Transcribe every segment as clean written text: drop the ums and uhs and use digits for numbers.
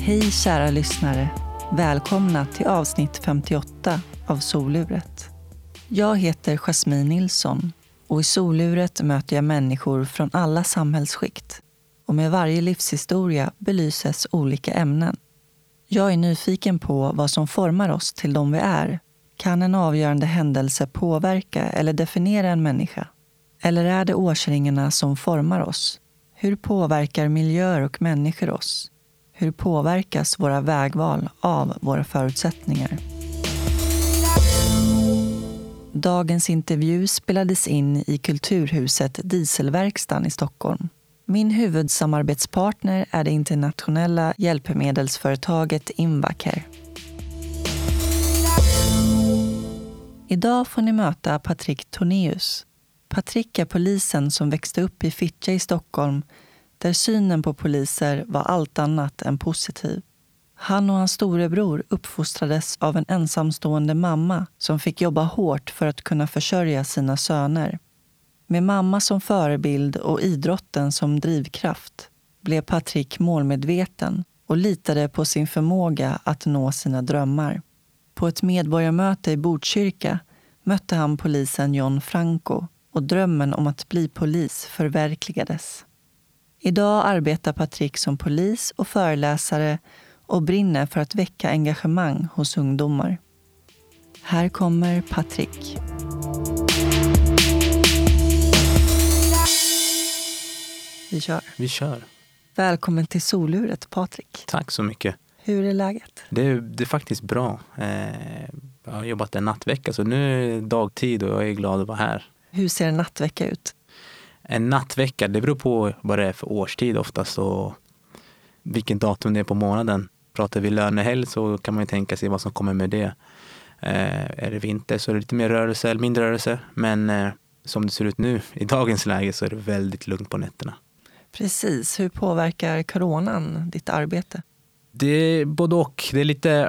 Hej kära lyssnare, välkomna till avsnitt 58 av Soluret. Jag heter Jasmine Nilsson och i Soluret möter jag människor från alla samhällsskikt. Och med varje livshistoria belyses olika ämnen. Jag är nyfiken på vad som formar oss till de vi är. Kan en avgörande händelse påverka eller definiera en människa? Eller är det årsringarna som formar oss? Hur påverkar miljöer och människor oss? Hur påverkas våra vägval av våra förutsättningar? Dagens intervju spelades in i Kulturhuset Dieselverkstan i Stockholm. Min huvudsamarbetspartner är det internationella hjälpmedelsföretaget Invacare. Idag får ni möta Patrik Tornéus. Patrik är polisen som växte upp i Fittja i Stockholm där synen på poliser var allt annat än positiv. Han och hans storebror uppfostrades av en ensamstående mamma som fick jobba hårt för att kunna försörja sina söner. Med mamma som förebild och idrotten som drivkraft blev Patrik målmedveten och litade på sin förmåga att nå sina drömmar. På ett medborgarmöte i Botkyrka mötte han polisen John Franco och drömmen om att bli polis förverkligades. Idag arbetar Patrik som polis och föreläsare och brinner för att väcka engagemang hos ungdomar. Här kommer Patrik. Vi kör. Välkommen till Soluret, Patrik. Tack så mycket. Hur är läget? Det är faktiskt bra. Jag har jobbat en nattvecka så nu är det dagtid och jag är glad att vara här. Hur ser en nattvecka ut? En nattvecka, det beror på vad det är för årstid oftast och vilken datum det är på månaden. Pratar vi lönehelg så kan man ju tänka sig vad som kommer med det. Är det vinter så är det lite mer rörelse eller mindre rörelse. Men som det ser ut nu i dagens läge så är det väldigt lugnt på nätterna. Precis. Hur påverkar coronan ditt arbete? Det är både och. Det är lite...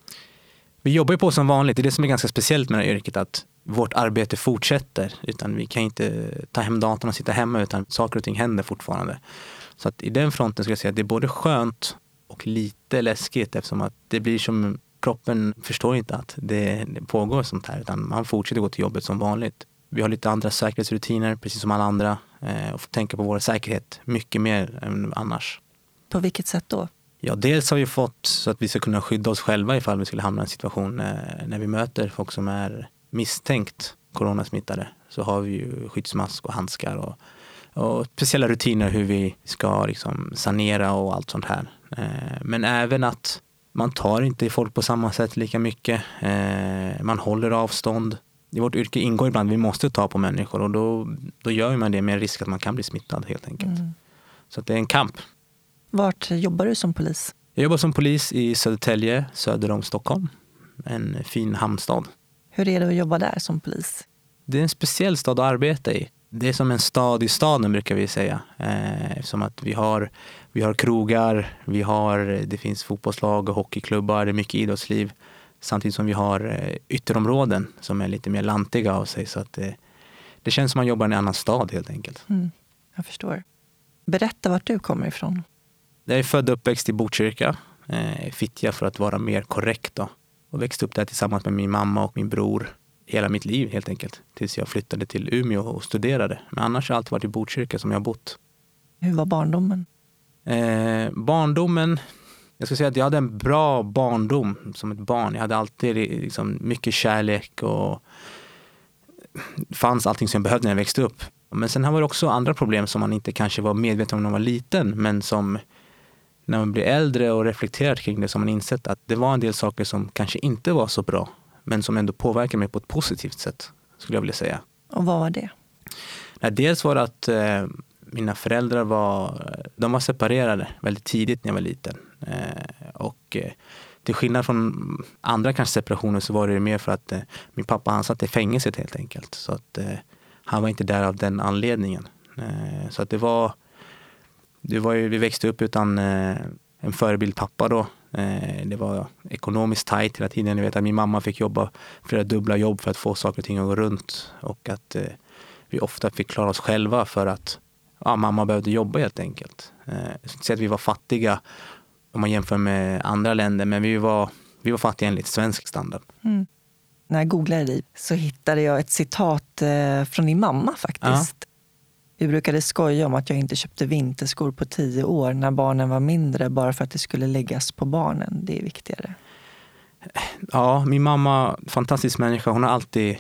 Vi jobbar ju på som vanligt. Det är det som är ganska speciellt med det här yrket, att vårt arbete fortsätter. Utan vi kan inte ta hem datorn och sitta hemma, utan saker och ting händer fortfarande. Så att i den fronten ska jag säga att det är både skönt och lite läskigt, eftersom att det blir som kroppen förstår inte att det pågår sånt här, utan man fortsätter gå till jobbet som vanligt. Vi har lite andra säkerhetsrutiner, precis som alla andra, och får tänka på vår säkerhet mycket mer än annars. På vilket sätt då? Ja, dels har vi fått så att vi ska kunna skydda oss själva ifall vi skulle hamna i en situation när vi möter folk som är misstänkt coronasmittade. Så har vi ju skyddsmask och handskar och speciella rutiner hur vi ska liksom sanera och allt sånt här. Men även att man tar inte folk på samma sätt lika mycket. Man håller avstånd. I vårt yrke ingår ibland vi måste ta på människor och då gör man det med risk att man kan bli smittad helt enkelt. Så att det är en kamp. Vart jobbar du som polis? Jag jobbar som polis i Södertälje, söder om Stockholm. En fin hamnstad. Hur är det att jobba där som polis? Det är en speciell stad att arbeta i. Det är som en stad i staden brukar vi säga. Som att vi har krogar, det finns fotbollslag och hockeyklubbar, det är mycket idrottsliv. Samtidigt som vi har ytterområden som är lite mer lantiga av sig. Så att det känns som att man jobbar i en annan stad helt enkelt. Jag förstår. Berätta vart du kommer ifrån. Jag är född och uppväxt i Botkyrka. Fittja för att vara mer korrekt då. Och växte upp där tillsammans med min mamma och min bror hela mitt liv helt enkelt. Tills jag flyttade till Umeå och studerade. Men annars har jag alltid varit i Botkyrka som jag har bott. Hur var barndomen? Barndomen, jag ska säga att jag hade en bra barndom som ett barn. Jag hade alltid liksom mycket kärlek och fanns allting som jag behövde när jag växte upp. Men sen var det också andra problem som man inte kanske var medveten om när man var liten. Men som när man blir äldre och reflekterar kring det som man insett att det var en del saker som kanske inte var så bra. Men som ändå påverkar mig på ett positivt sätt, skulle jag vilja säga. Och vad var det? Dels var det att mina föräldrar var separerade väldigt tidigt när jag var liten. Och till skillnad från andra kanske separationer så var det mer för att min pappa han satt i fängelset helt enkelt. Så att han var inte där av den anledningen. Så att det var ju, vi växte upp utan en förebild pappa då. Det var ekonomiskt tajt hela tiden. Jag vet att min mamma fick jobba flera dubbla jobb för att få saker och ting att gå runt. Och att vi ofta fick klara oss själva för att mamma behövde jobba helt enkelt. Så att vi var fattiga om man jämför med andra länder. Men vi var fattiga enligt svensk standard. Mm. När jag googlade dig så hittade jag ett citat från din mamma faktiskt. Ja. Vi brukade skoja om att jag inte köpte vinterskor på 10 år när barnen var mindre bara för att det skulle läggas på barnen. Det är viktigare. Ja, min mamma, fantastisk människa. Hon har alltid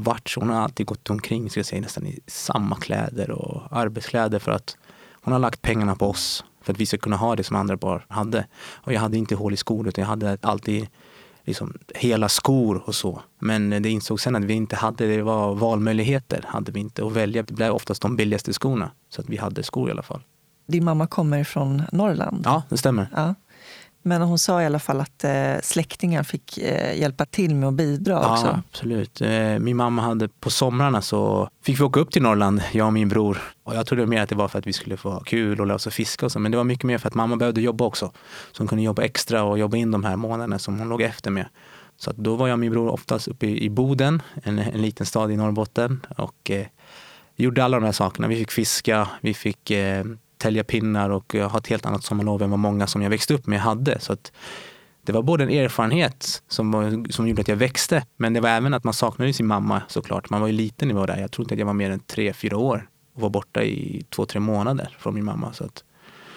gått omkring, ska jag säga, nästan i samma kläder och arbetskläder för att hon har lagt pengarna på oss för att vi ska kunna ha det som andra barn hade. Och jag hade inte hål i skor utan jag hade alltid liksom hela skor och så. Men det insåg sen att vi inte hade, det var valmöjligheter hade vi inte att välja. Det blev oftast de billigaste skorna så att vi hade skor i alla fall. Din mamma kommer från Norrland. Ja, det stämmer. Ja. Men hon sa i alla fall att släktingar fick hjälpa till med att bidra också. Ja, absolut. Min mamma hade på somrarna så fick vi åka upp till Norrland, jag och min bror. Och jag trodde mer att det var för att vi skulle få kul och lära oss att fiska och så. Men det var mycket mer för att mamma behövde jobba också. Så hon kunde jobba extra och jobba in de här månaderna som hon låg efter med. Så att då var jag och min bror oftast uppe i Boden, en liten stad i Norrbotten. Och gjorde alla de här sakerna. Vi fick fiska, vi fick tälja pinnar och ha ett helt annat sommarlov än vad många som jag växte upp med hade. Så att det var både en erfarenhet som gjorde att jag växte, men det var även att man saknade sin mamma såklart. Man var ju liten när jag var där. Jag tror inte att jag var mer än 3-4 år och var borta i 2-3 månader från min mamma. Så att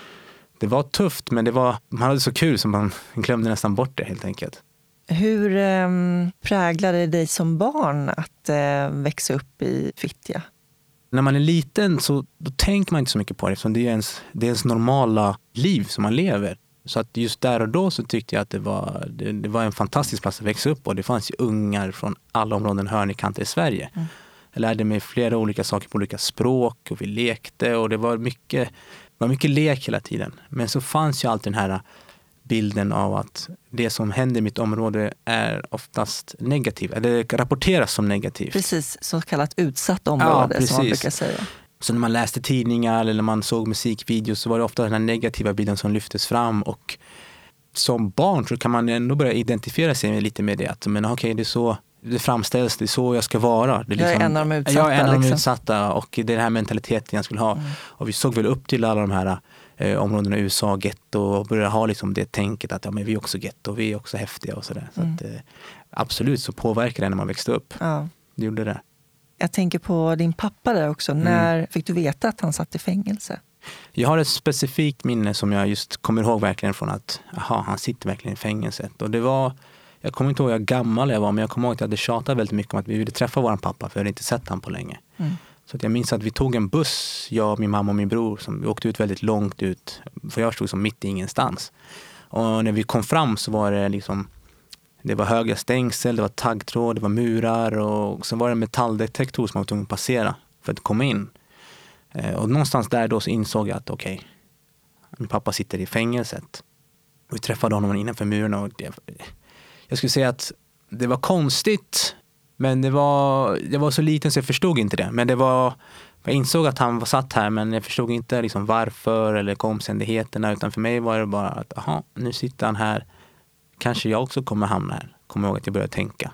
det var tufft, men man hade så kul så man glömde nästan bort det helt enkelt. Hur präglade det dig som barn att växa upp i Fittja? När man är liten så då tänker man inte så mycket på det. Det är ens normala liv som man lever. Så att just där och då så tyckte jag att det var en fantastisk plats att växa upp. Och det fanns ju ungar från alla områden, hörn i kanter i Sverige. Mm. Jag lärde mig flera olika saker på olika språk och vi lekte. Och det var mycket lek hela tiden. Men så fanns ju alltid den här bilden av att det som händer i mitt område är oftast negativt, eller rapporteras som negativt. Precis, så kallat utsatt område, ja, som man brukar säga. Så när man läste tidningar eller när man såg musikvideos så var det ofta den här negativa bilden som lyftes fram, och som barn så kan man ändå börja identifiera sig lite med det. Att, men okej, det är så det framställs, det är så jag ska vara. Det är liksom, jag är en av de utsatta. Jag är en av de utsatta och det är den här mentaliteten jag skulle ha. Mm. Och vi såg väl upp till alla de här områdena i USA, getto, och började ha liksom det tänket att men vi är också getto, vi är också häftiga och sådär. Så att, absolut så påverkar det när man växte upp. Ja. Det gjorde det. Jag tänker på din pappa där också. När fick du veta att han satt i fängelse? Jag har ett specifikt minne som jag just kommer ihåg verkligen från att han sitter verkligen i fängelset. Och det var, jag kommer inte ihåg hur gammal jag var, men jag kommer ihåg att jag hade tjatat väldigt mycket om att vi ville träffa våran pappa, för jag hade inte sett han på länge. Mm. Så att jag minns att vi tog en buss, jag, min mamma och min bror, som vi åkte ut väldigt långt ut, för jag stod som mitt i ingenstans. Och när vi kom fram så var det liksom, det var höga stängsel, det var taggtråd, det var murar, och så var det en metalldetektor som man var tvungen att passera för att komma in. Och någonstans där då så insåg jag att okej, min pappa sitter i fängelset. Och vi träffade honom innanför muren, och jag skulle säga att det var konstigt, men jag var så liten så jag förstod inte det. Men jag insåg att han var satt här, men jag förstod inte liksom varför eller omständigheterna, utan för mig var det bara att nu sitter han här. Kanske jag också kommer hamna här. Kommer ihåg att jag började tänka.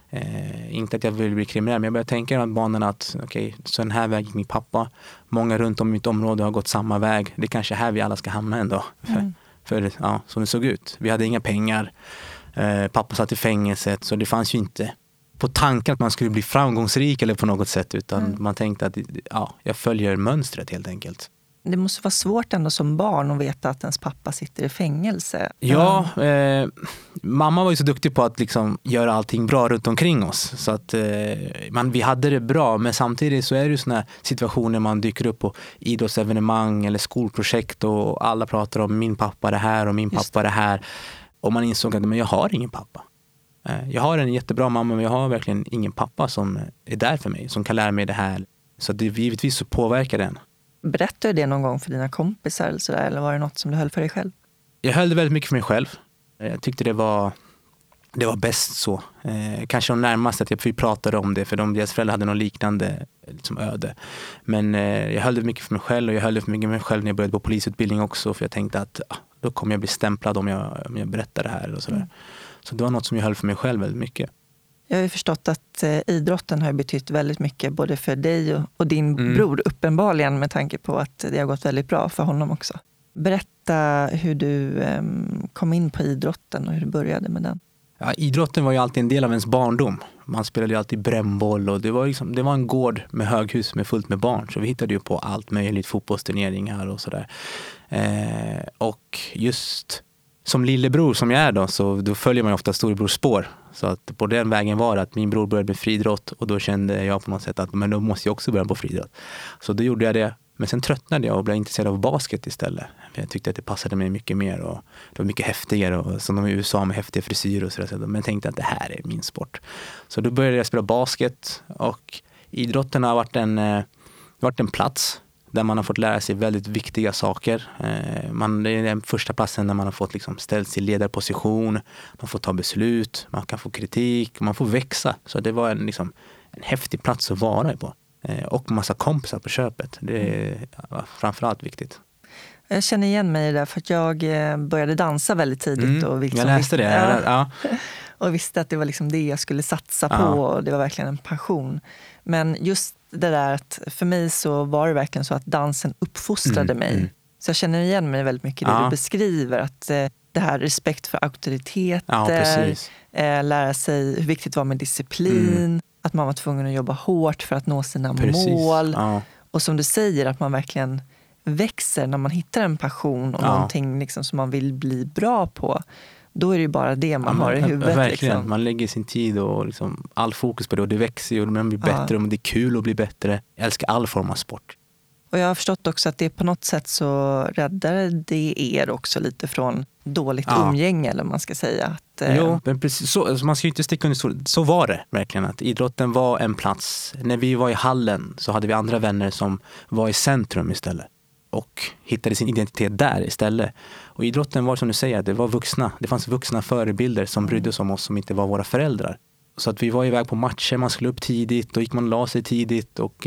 Inte att jag vill bli kriminell, men jag började tänka i de banorna att okej, så den här väg gick min pappa. Många runt om mitt område har gått samma väg. Det är kanske här vi alla ska hamna ändå. För som det såg ut. Vi hade inga pengar. Pappa satt i fängelset, så det fanns ju inte på tanken att man skulle bli framgångsrik eller på något sätt, utan man tänkte att jag följer mönstret helt enkelt. Det måste vara svårt ändå som barn att veta att ens pappa sitter i fängelse. Ja, mamma var ju så duktig på att liksom göra allting bra runt omkring oss. Så att vi hade det bra, men samtidigt så är det ju såna situationer man dyker upp på idrottsevenemang eller skolprojekt och alla pratar om min pappa det här och min pappa det här. Och man insåg att jag har ingen pappa. Jag har en jättebra mamma, men jag har verkligen ingen pappa som är där för mig, som kan lära mig det här. Så det givetvis så påverkar den. Berättade du det någon gång för dina kompisar eller var det något som du höll för dig själv? Jag höll det väldigt mycket för mig själv. Jag tyckte det var bäst så. Kanske de närmaste att vi pratade om det, för deras föräldrar hade något liknande liksom öde. Men jag höll det mycket för mig själv, och jag höll det för mycket för mig själv när jag började på polisutbildning också, för jag tänkte att då kommer jag bli stämplad om jag berättar det här och sådär. Så det var något som jag höll för mig själv väldigt mycket. Jag har ju förstått att idrotten har betytt väldigt mycket både för dig och din bror, uppenbarligen, med tanke på att det har gått väldigt bra för honom också. Berätta hur du kom in på idrotten och hur du började med den. Ja, idrotten var ju alltid en del av ens barndom. Man spelade ju alltid brännboll och det var en gård med höghus med fullt med barn. Så vi hittade ju på allt möjligt, fotbollsturneringar och sådär. Och just som lillebror som jag är då följer man ju ofta storebrors spår. Så att på den vägen var det att min bror började med friidrott och då kände jag på något sätt att men då måste jag också börja på friidrott. Så då gjorde jag det. Men sen tröttnade jag och blev intresserad av basket istället. Jag tyckte att det passade mig mycket mer och det var mycket häftigare och som de i USA med häftiga frisyrer och sådär. Men jag tänkte att det här är min sport. Så då började jag spela basket och idrotten har varit en plats där man har fått lära sig väldigt viktiga saker. Det är den första platsen där man har fått liksom ställs i ledarposition, man får ta beslut, man kan få kritik, man får växa. Så det var en häftig plats att vara på. Och massa kompisar på köpet. Det är framförallt viktigt. Jag känner igen mig där för att jag började dansa väldigt tidigt. Och jag läste det. Ja. Och visste att det var liksom det jag skulle satsa på och det var verkligen en passion. Men just det där att för mig så var det verkligen så att dansen uppfostrade mig. Så jag känner igen mig väldigt mycket i det du beskriver. Att det här respekt för auktoriteter, lära sig hur viktigt det var med disciplin, att man var tvungen att jobba hårt för att nå sina mål. Ja. Och som du säger, att man verkligen växer när man hittar en passion och någonting liksom som man vill bli bra på. Då är det ju bara det man har i huvudet. Verkligen, liksom. Man lägger sin tid och all fokus på det och det växer ju och man blir bättre och det är kul att bli bättre. Jag älskar all form av sport. Och jag har förstått också att det på något sätt så räddar det er också lite från dåligt umgänge, eller man ska säga. Att, jo, men precis, så man ska ju inte sticka under så var det verkligen, att idrotten var en plats. När vi var i hallen så hade vi andra vänner som var i centrum istället och hittade sin identitet där istället. Och idrotten var som du säger, det var vuxna. Det fanns vuxna förebilder som brydde sig om oss som inte var våra föräldrar. Så att vi var iväg på matcher, man skulle upp tidigt, då gick man och la sig tidigt och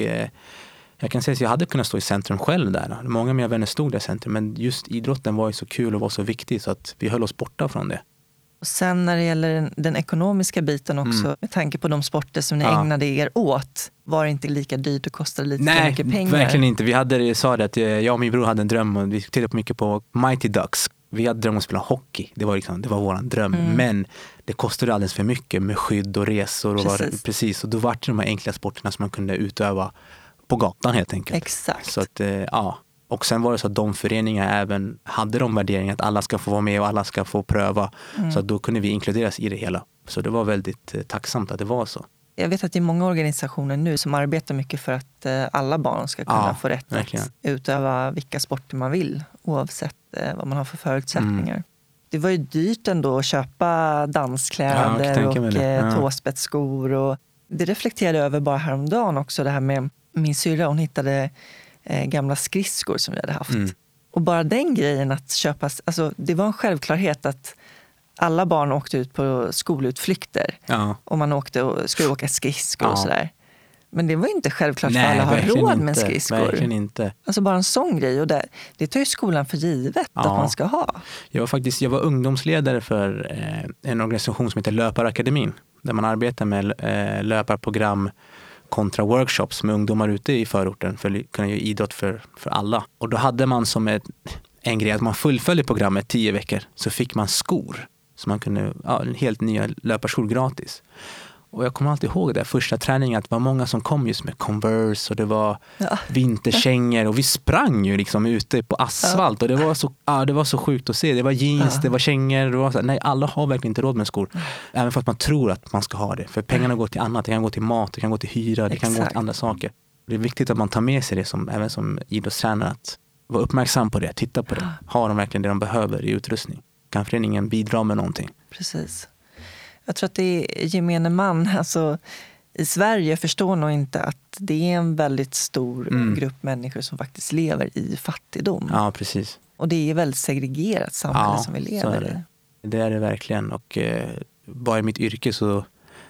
jag kan säga att jag hade kunnat stå i centrum själv där. Många av mina vänner stod där i centrum, men just idrotten var ju så kul och var så viktig så att vi höll oss borta från det. Och sen när det gäller den ekonomiska biten också, med tanke på de sporter som ni ägnade er åt, var det inte lika dyrt och kostade lite mycket pengar? Nej, verkligen inte. Jag sa det att jag och min bror hade en dröm och vi tittade på mycket på Mighty Ducks. Vi hade dröm att spela hockey. Det var våran dröm. Men det kostade alldeles för mycket med skydd och resor. Och då var det de här enkla sporterna som man kunde utöva på gatan helt enkelt. Exakt. Så att, och sen var det så att de föreningar även hade de värderingar att alla ska få vara med och alla ska få pröva. Så att då kunde vi inkluderas i det hela. Så det var väldigt tacksamt att det var så. Jag vet att det är många organisationer nu som arbetar mycket för att alla barn ska kunna få rätt att utöva vilka sporter man vill, oavsett vad man har för förutsättningar. Det var ju dyrt ändå att köpa danskläder och tåspetsskor. Och det reflekterade över bara häromdagen också, det här med min syrra, hon hittade gamla skridskor som vi hade haft. Och bara den grejen att köpa, alltså det var en självklarhet att alla barn åkte ut på skolutflykter. Och man skulle åka skridskor och sådär. Men det var inte självklart för alla har råd med skridskor. Verkligen inte. Alltså bara en sån grej. Och det tar ju skolan för givet att man ska ha. Jag var ungdomsledare för en organisation som heter Löparakademin. Där man arbetar med löparprogram kontra workshops med ungdomar ute i förorten för att kunna göra idrott för alla. Och då hade man som en grej att man fullföljde programmet 10 veckor så fick man skor. Så man kunde, helt nya löparskor gratis. Och jag kommer alltid ihåg det första träningen att det var många som kom just med Converse och det var vinterkängor och vi sprang ju liksom ute på asfalt och det var så sjukt att se. Det var jeans, det var kängor, det var nej, alla har verkligen inte råd med skor. Även för att man tror att man ska ha det. För pengarna går till annat, det kan gå till mat, det kan gå till hyra, det kan gå till andra saker. Det är viktigt att man tar med sig det även som idrottstränare, att vara uppmärksam på det, titta på det. Har de verkligen det de behöver i utrustning? Kan föreningen bidra med någonting? Precis. Jag tror att det är gemene man, alltså i Sverige förstår nog inte att det är en väldigt stor grupp människor som faktiskt lever i fattigdom. Ja, precis. Och det är väldigt segregerat samhälle som vi lever i. Det är det verkligen. Och bara i mitt yrke så,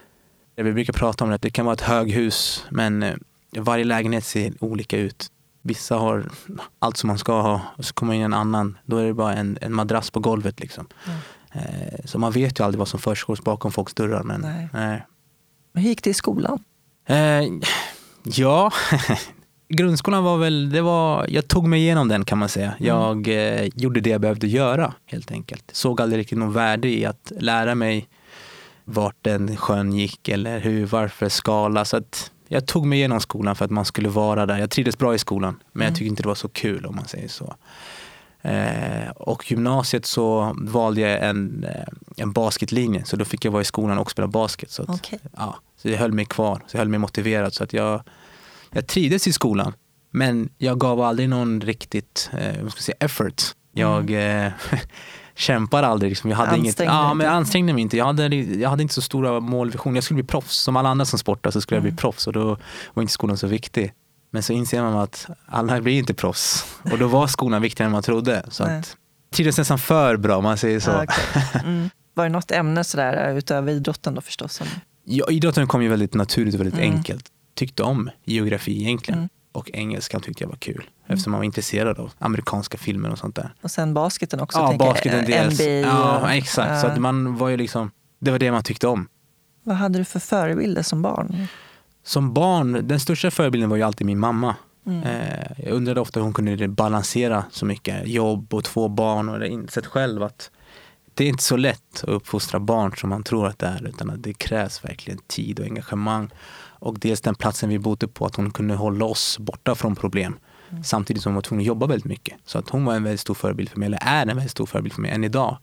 vi brukar prata om det, att det kan vara ett höghus, men varje lägenhet ser olika ut. Vissa har allt som man ska ha och så kommer in en annan, då är det bara en madrass på golvet liksom. Så man vet ju aldrig vad som försiggår bakom folks dörrar. Men, hur gick det i skolan? Ja, Grundskolan var väl, jag tog mig igenom den kan man säga. Jag gjorde det jag behövde göra helt enkelt. Såg aldrig riktigt någon värde i att lära mig vart den sjön gick eller varför skala. Så att jag tog mig igenom skolan för att man skulle vara där. Jag trivdes bra i skolan, men jag tyckte inte det var så kul om man säger så. Och gymnasiet så valde jag en basketlinje, så då fick jag vara i skolan och spela basket. Så, att, så jag höll mig kvar, så jag höll mig motiverad. Så att jag trivdes i skolan, men jag gav aldrig någon riktigt effort. Jag kämpar aldrig. Liksom. Jag ansträngde mig inte. Jag hade inte så stora målvisioner. Jag skulle bli proffs. Som alla andra som sportar så skulle jag bli proffs. Och då var inte skolan så viktig. Men så inser man att alla blir inte proffs. Och då var skolan viktigare än man trodde. Så att trivdes nästan för bra, man säger så. Var det något ämne sådär utöver idrotten då förstås? Ja, idrotten kom ju väldigt naturligt och väldigt enkelt. Tyckte om geografi egentligen. Och engelskan tyckte jag var kul. Eftersom man var intresserad av amerikanska filmer och sånt där. Och sen basketen också. Ja, basketen dels. NBA. Ja, exakt. Så att man var ju liksom, det var det man tyckte om. Vad hade du för förebilder som barn? Som barn, den största förebilden var ju alltid min mamma. Jag undrade ofta hur hon kunde balansera så mycket jobb och 2 barn. Och jag har insett själv att det är inte så lätt att uppfostra barn som man tror att det är. Utan att det krävs verkligen tid och engagemang. Och dels den platsen vi bodde på, att hon kunde hålla oss borta från problem. Samtidigt som hon var tvungen att jobba väldigt mycket. Så att hon var en väldigt stor förebild för mig, eller är en väldigt stor förebild för mig än idag.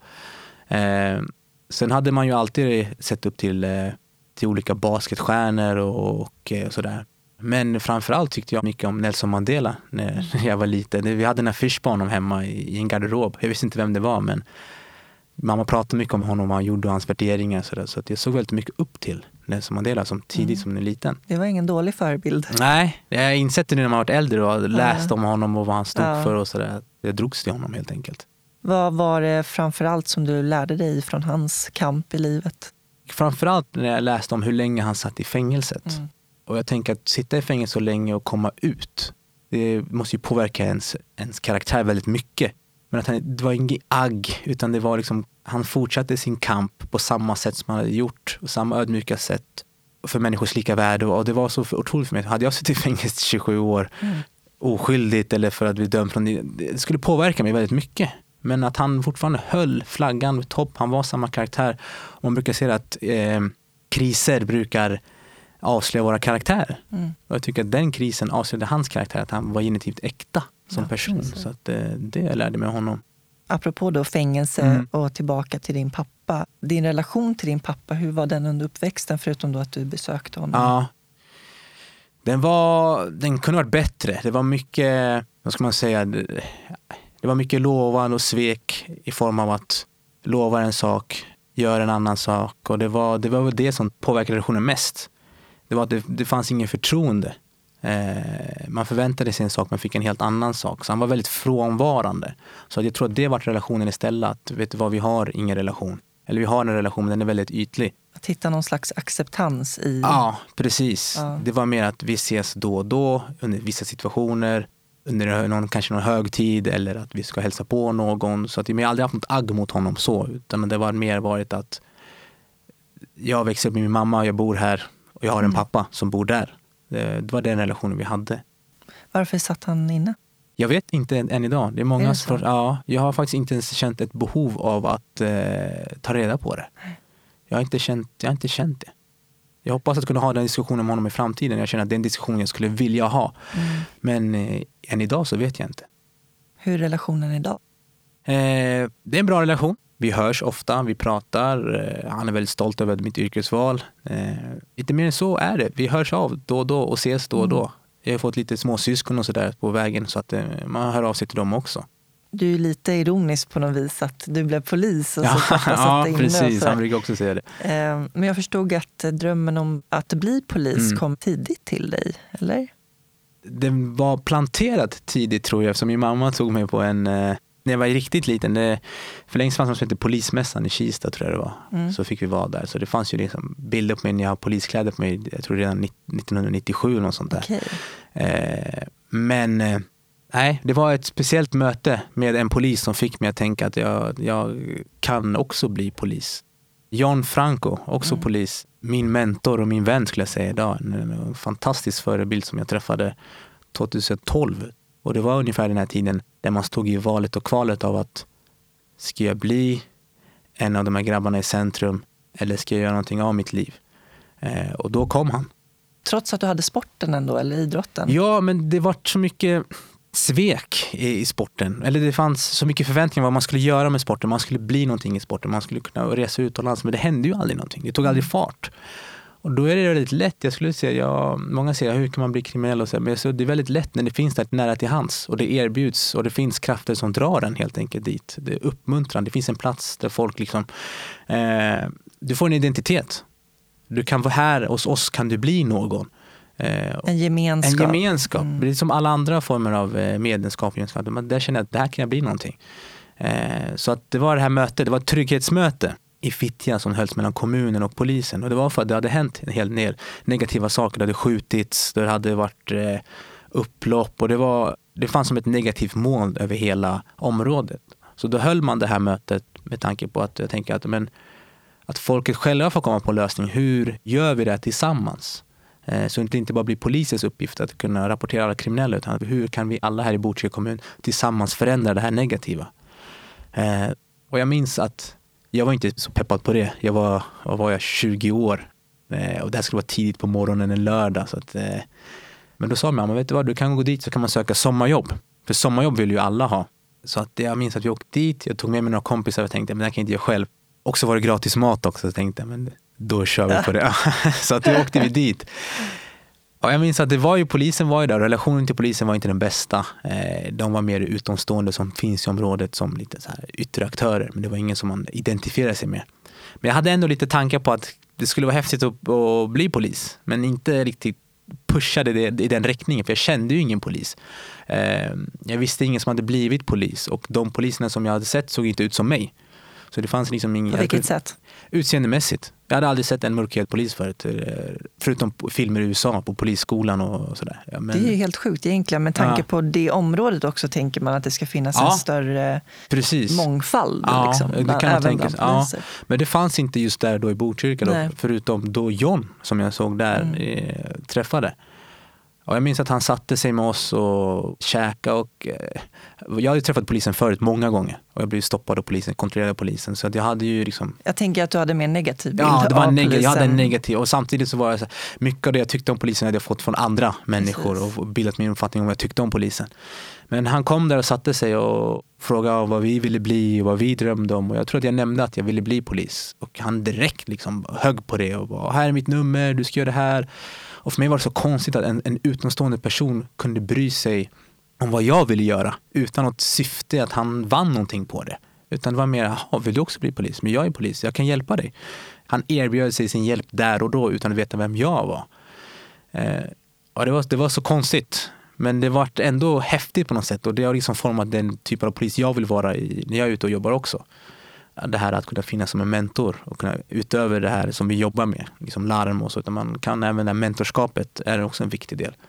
Sen hade man ju alltid sett upp till olika basketstjärnor och sådär. Men framförallt tyckte jag mycket om Nelson Mandela när jag var liten. Vi hade en affisch på honom hemma i en garderob. Jag visste inte vem det var, men mamma pratade mycket om honom och han gjorde hans värderingar. Så att jag såg väldigt mycket upp till Nelson Mandela som tidigt som en liten. Det var ingen dålig förebild. Nej, jag har insett det nu när man varit äldre och läst om honom och vad han stod för och sådär. Jag drogs till honom helt enkelt. Vad var det framförallt som du lärde dig från hans kamp i livet? Framförallt när jag läste om hur länge han satt i fängelset. Och jag tänker att sitta i fängelse så länge och komma ut, det måste ju påverka ens karaktär väldigt mycket. Men att det var ingen agg, utan det var liksom, han fortsatte sin kamp på samma sätt som han hade gjort, på samma ödmjuka sätt för människors lika värde. Och det var så otroligt för mig. Hade jag suttit i fängelse 27 år oskyldigt eller för att bli dömd från det skulle påverka mig väldigt mycket. Men att han fortfarande höll flaggan vid topp, han var samma karaktär. Och man brukar säga att kriser brukar avslöja våra karaktärer. Och jag tycker att den krisen avslöjade hans karaktär, att han var genetivt äkta som person. Precis. Så att det jag lärde mig av honom. Apropå då fängelse och tillbaka till din pappa. Din relation till din pappa, hur var den under uppväxten förutom då att du besökte honom? Ja, den kunde varit bättre. Det var mycket, vad ska man säga, det var mycket lovande och svek i form av att lova en sak, göra en annan sak. Och det var väl det som påverkade relationen mest. Det var att det fanns ingen förtroende. Man förväntade sig en sak, man fick en helt annan sak. Så han var väldigt frånvarande. Så jag tror att det var relationen istället. Att, vet du vad, vi har ingen relation. Eller vi har en relation, men den är väldigt ytlig. Att hitta någon slags acceptans i... Ja, precis. Ja. Det var mer att vi ses då och då, under vissa situationer, under kanske någon högtid, eller att vi ska hälsa på någon. Så att jag aldrig haft något agg mot honom så. Utan det var mer varit att jag växte upp med min mamma och jag bor här. Och jag har en pappa som bor där. Det var den relationen vi hade. Varför satt han inne? Jag vet inte än idag. Det är många som... Ja, jag har faktiskt inte ens känt ett behov av att ta reda på det. Jag har inte känt det. Jag hoppas att kunna ha den diskussionen med honom i framtiden. Jag känner att det är en diskussion jag skulle vilja ha. Men än idag så vet jag inte. Hur är relationen idag? Det är en bra relation. Vi hörs ofta, vi pratar. Han är väldigt stolt över mitt yrkesval. Lite mer än så är det. Vi hörs av då och då och ses då och då. Jag har fått lite små syskon och sådär på vägen, så att man hör av sig till dem också. Du är lite ironisk på något vis att du blev polis och så ja, precis. Han brukar också säga det. Men jag förstod att drömmen om att bli polis kom tidigt till dig, eller? Den var planterad tidigt, tror jag, eftersom min mamma tog mig på en... När jag var riktigt liten, för länge fanns det som heter Polismässan i Kista, tror jag det var. Så fick vi vara där. Så det fanns ju liksom bilder på mig när jag har poliskläder på mig, jag tror redan 1997 eller något sånt där. Okay. Men nej, det var ett speciellt möte med en polis som fick mig att tänka att jag kan också bli polis. John Franco, också polis. Min mentor och min vän skulle jag säga idag. En fantastisk förebild som jag träffade 2012. Och det var ungefär den här tiden där man stod i valet och kvalet av att ska jag bli en av de här grabbarna i centrum eller ska jag göra någonting av mitt liv? Och då kom han. Trots att du hade sporten ändå, eller idrotten? Ja, men det var så mycket svek i sporten. Eller det fanns så mycket förväntningar vad man skulle göra med sporten. Man skulle bli någonting i sporten. Man skulle kunna resa utomlands. Men det hände ju aldrig någonting. Det tog aldrig fart. Och då är det väldigt lätt. Jag skulle säga, många säger hur kan man bli kriminell och så. Men det är väldigt lätt när det finns där nära till hands. Och det erbjuds. Och det finns krafter som drar en helt enkelt dit. Det är uppmuntrande. Det finns en plats där folk liksom... du får en identitet. Du kan vara här. Hos oss kan du bli någon. En gemenskap. En gemenskap. Det är som alla andra former av medlemskap. Men där känner jag att det här kan jag bli någonting. Så att det var det här mötet. Det var ett trygghetsmöte i Fittja som hölls mellan kommunen och polisen. Och det var för att det hade hänt en hel del negativa saker. Det hade skjutits. Det hade varit upplopp. Och det fanns som ett negativt moln över hela området. Så då höll man det här mötet med tanke på att jag tänker att folket själva får komma på en lösning. Hur gör vi det tillsammans? Så det inte bara blir polisens uppgift att kunna rapportera alla kriminella, utan hur kan vi alla här i Botkyrka kommun tillsammans förändra det här negativa? Och jag minns att jag var inte så peppad på det. Jag var 20 år och det här skulle vara tidigt på morgonen en lördag. Så att, men då sa mamma, vet du vad, du kan gå dit så kan man söka sommarjobb. För sommarjobb vill ju alla ha. Så att jag minns att vi åkte dit, jag tog med mig några kompisar och tänkte, men det här kan inte jag själv. Och så var det gratis mat också, så tänkte jag, men då kör vi på det. Så att då åkte vi dit. Och jag minns att polisen var ju där. Relationen till polisen var inte den bästa. De var mer utomstående som finns i området som lite så här yttre aktörer. Men det var ingen som man identifierade sig med. Men jag hade ändå lite tankar på att det skulle vara häftigt att bli polis. Men inte riktigt pushade det i den riktningen. För jag kände ju ingen polis. Jag visste ingen som hade blivit polis. Och de poliserna som jag hade sett såg inte ut som mig. Så det fanns liksom ingen... På vilket sätt? Utseendemässigt. Jag hade aldrig sett en mörkhyad polis förut. Förutom filmer i USA på polisskolan och sådär. Ja, men... Det är ju helt sjukt egentligen. Med tanke på det området också tänker man att det ska finnas en större mångfald. Liksom, det kan man tänka sig. Men det fanns inte just där då i Botkyrka. Då, förutom då John som jag såg där träffade. Och jag minns att han satte sig med oss och käka och jag hade träffat polisen förut många gånger och jag blev stoppad av polisen, kontrollerad av polisen, så att jag hade ju liksom... Jag tänker att du hade mer negativ bild det var av polisen. Jag hade en negativ och samtidigt så var jag så här, mycket av det jag tyckte om polisen hade jag fått från andra människor och bildat min uppfattning om vad jag tyckte om polisen. Men han kom där och satte sig och frågade vad vi ville bli och vad vi drömde om och jag tror att jag nämnde att jag ville bli polis och han direkt liksom högg på det och bara, här är mitt nummer, du ska göra det här. Och för mig var det så konstigt att en utomstående person kunde bry sig om vad jag ville göra utan något syfte att han vann någonting på det. Utan det var mer, vill du också bli polis? Men jag är polis, jag kan hjälpa dig. Han erbjöd sig sin hjälp där och då utan att veta vem jag var. Och det var så konstigt. Men det var ändå häftigt på något sätt och det har liksom format den typen av polis jag vill vara i när jag är ute och jobbar också. Det här att kunna finnas som en mentor och kunna utöver det här som vi jobbar med, liksom larm och så, utan man kan även det här mentorskapet är också en viktig del.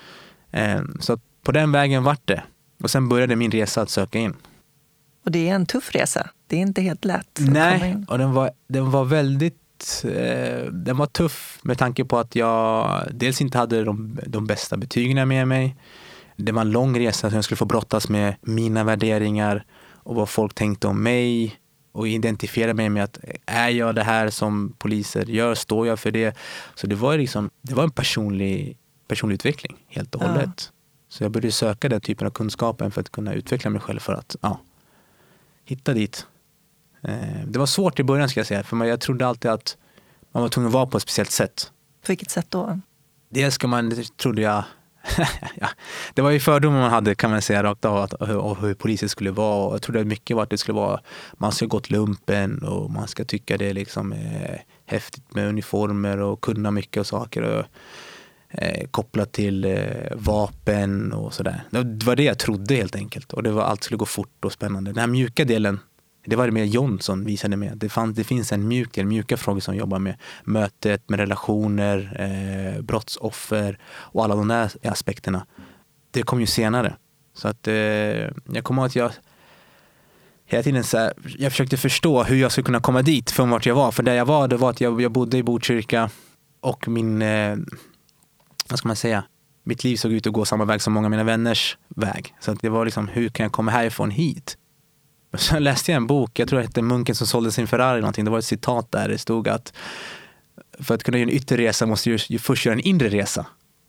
Så på den vägen vart det. Och sen började min resa att söka in. Och det är en tuff resa. Det är inte helt lätt. Nej, och den var väldigt den var tuff med tanke på att jag dels inte hade de bästa betygen med mig. Det var en lång resa så jag skulle få brottas med mina värderingar och vad folk tänkte om mig. Och identifiera mig med att är jag det här som poliser gör, står jag för det. Så det var en personlig utveckling helt och hållet. Så jag började söka den typen av kunskapen för att kunna utveckla mig själv för att hitta dit. Det var svårt i början ska jag säga, för jag trodde alltid att man var tvungen att vara på ett speciellt sätt. På vilket sätt då? Det trodde jag det var ju fördomar man hade kan man säga rakt av hur polisen skulle vara och jag trodde mycket var att det skulle vara man ska gå till lumpen och man ska tycka det liksom är häftigt med uniformer och kunna mycket och saker och kopplat till vapen och sådär. Det var det jag trodde helt enkelt och det var allt skulle gå fort och spännande. Den här mjuka delen, det var det mer Jonsson visade med. Det finns en mjuka frågor som jobbar med mötet, med relationer, brottsoffer och alla de där aspekterna. Det kom ju senare. Så att jag kommer ihåg att jag hela tiden så här, jag försökte förstå hur jag skulle kunna komma dit från vart jag var. För där jag var, det var att jag bodde i Botkyrka och min, vad ska man säga, mitt liv såg ut att gå samma väg som många av mina vänners väg. Så att det var liksom, hur kan jag komma härifrån hit? Så läste jag en bok, jag tror det hette Munken som sålde sin Ferrari eller någonting. Det var ett citat där det stod att för att kunna göra en yttre resa måste du först göra en inre resa.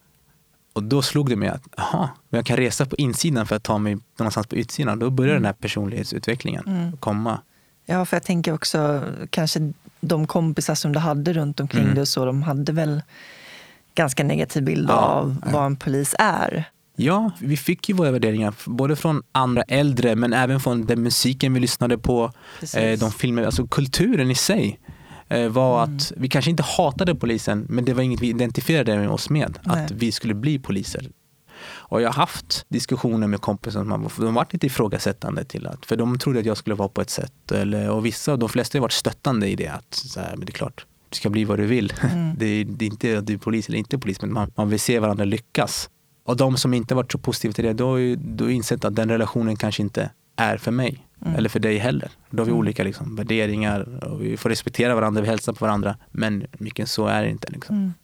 Och då slog det mig att men jag kan resa på insidan för att ta mig någonstans på utsidan. Då börjar den här personlighetsutvecklingen komma. Ja, för jag tänker också kanske de kompisar som du hade runt omkring dig, så de hade väl ganska negativ bild av vad en polis är. Ja, vi fick ju våra värderingar både från andra äldre men även från den musiken vi lyssnade på, de filmer, alltså kulturen i sig var att vi kanske inte hatade polisen, men det var inget vi identifierade oss med, att vi skulle bli poliser. Och jag har haft diskussioner med kompisar som de varit lite ifrågasättande till att, för de trodde att jag skulle vara på ett sätt, och vissa, de flesta har varit stöttande i det, att så här, men det är klart, du ska bli vad du vill. Det är inte att du är polis eller inte polis, men man vill se varandra lyckas. Och de som inte varit så positiva till det, då har insett att den relationen kanske inte är för mig. Eller för dig heller. Då har vi olika liksom, värderingar och vi får respektera varandra, vi hälsar på varandra. Men mycket så är det inte. Liksom.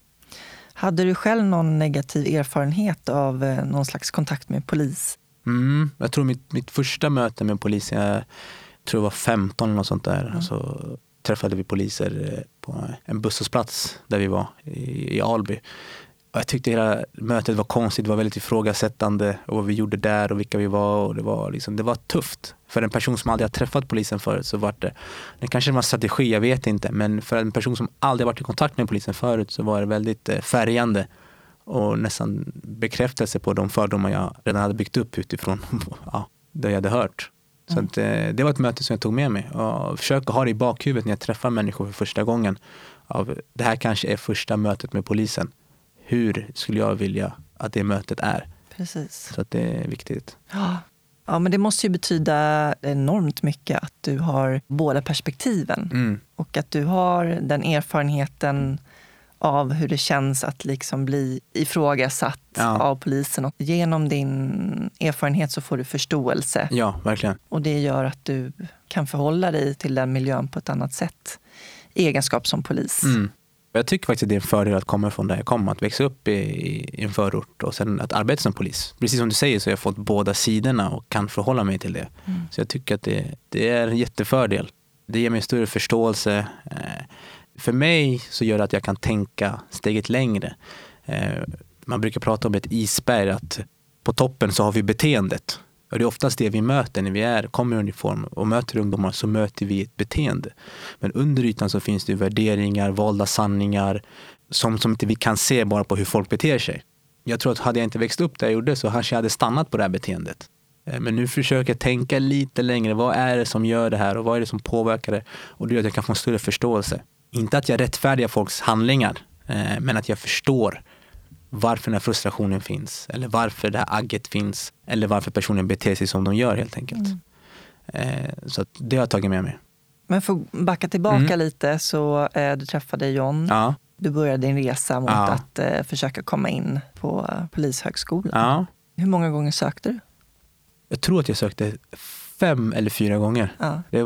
Hade du själv någon negativ erfarenhet av någon slags kontakt med polis? Jag tror mitt första möte med polis, jag tror det var 15 eller något sånt där. Så träffade vi poliser på en busshållplats där vi var i Alby. Och jag tyckte hela mötet var konstigt, det var väldigt ifrågasättande och vad vi gjorde där och vilka vi var, och det var tufft. För en person som aldrig har träffat polisen förut så var det kanske var en strategi, jag vet inte, men för en person som aldrig varit i kontakt med polisen förut så var det väldigt färgande och nästan bekräftelse på de fördomar jag redan hade byggt upp utifrån det jag hade hört. Så att, det var ett möte som jag tog med mig och försöker ha det i bakhuvudet när jag träffar människor för första gången. Det här kanske är första mötet med polisen. Hur skulle jag vilja att det mötet är? Precis. Så att det är viktigt. Ja, men det måste ju betyda enormt mycket att du har båda perspektiven. Och att du har den erfarenheten av hur det känns att liksom bli ifrågasatt av polisen. Och genom din erfarenhet så får du förståelse. Ja, verkligen. Och det gör att du kan förhålla dig till den miljön på ett annat sätt. Egenskap som polis. Jag tycker faktiskt att det är en fördel att komma från där jag kom, att växa upp i en förort och sen att arbeta som polis. Precis som du säger så har jag fått båda sidorna och kan förhålla mig till det. Så jag tycker att det är en jättefördel. Det ger mig större förståelse. För mig så gör det att jag kan tänka steget längre. Man brukar prata om ett isberg, att på toppen så har vi beteendet. Och det är oftast det vi möter när vi kommer i uniform och möter ungdomar, så möter vi ett beteende. Men under ytan så finns det värderingar, valda sanningar som inte vi kan se bara på hur folk beter sig. Jag tror att hade jag inte växt upp där jag gjorde så kanske jag hade stannat på det här beteendet. Men nu försöker jag tänka lite längre. Vad är det som gör det här och vad är det som påverkar det? Och det gör att jag kan få en större förståelse. Inte att jag rättfärdigar folks handlingar, men att jag förstår varför den här frustrationen finns, eller varför det här agget finns, eller varför personen beter sig som de gör helt enkelt. Så att det har jag tagit med mig. Men för att backa tillbaka lite, så du träffade John. Ja. Du började din resa mot att försöka komma in på polishögskolan. Ja. Hur många gånger sökte du? Jag tror att jag sökte 5 eller 4 gånger. Ja. Det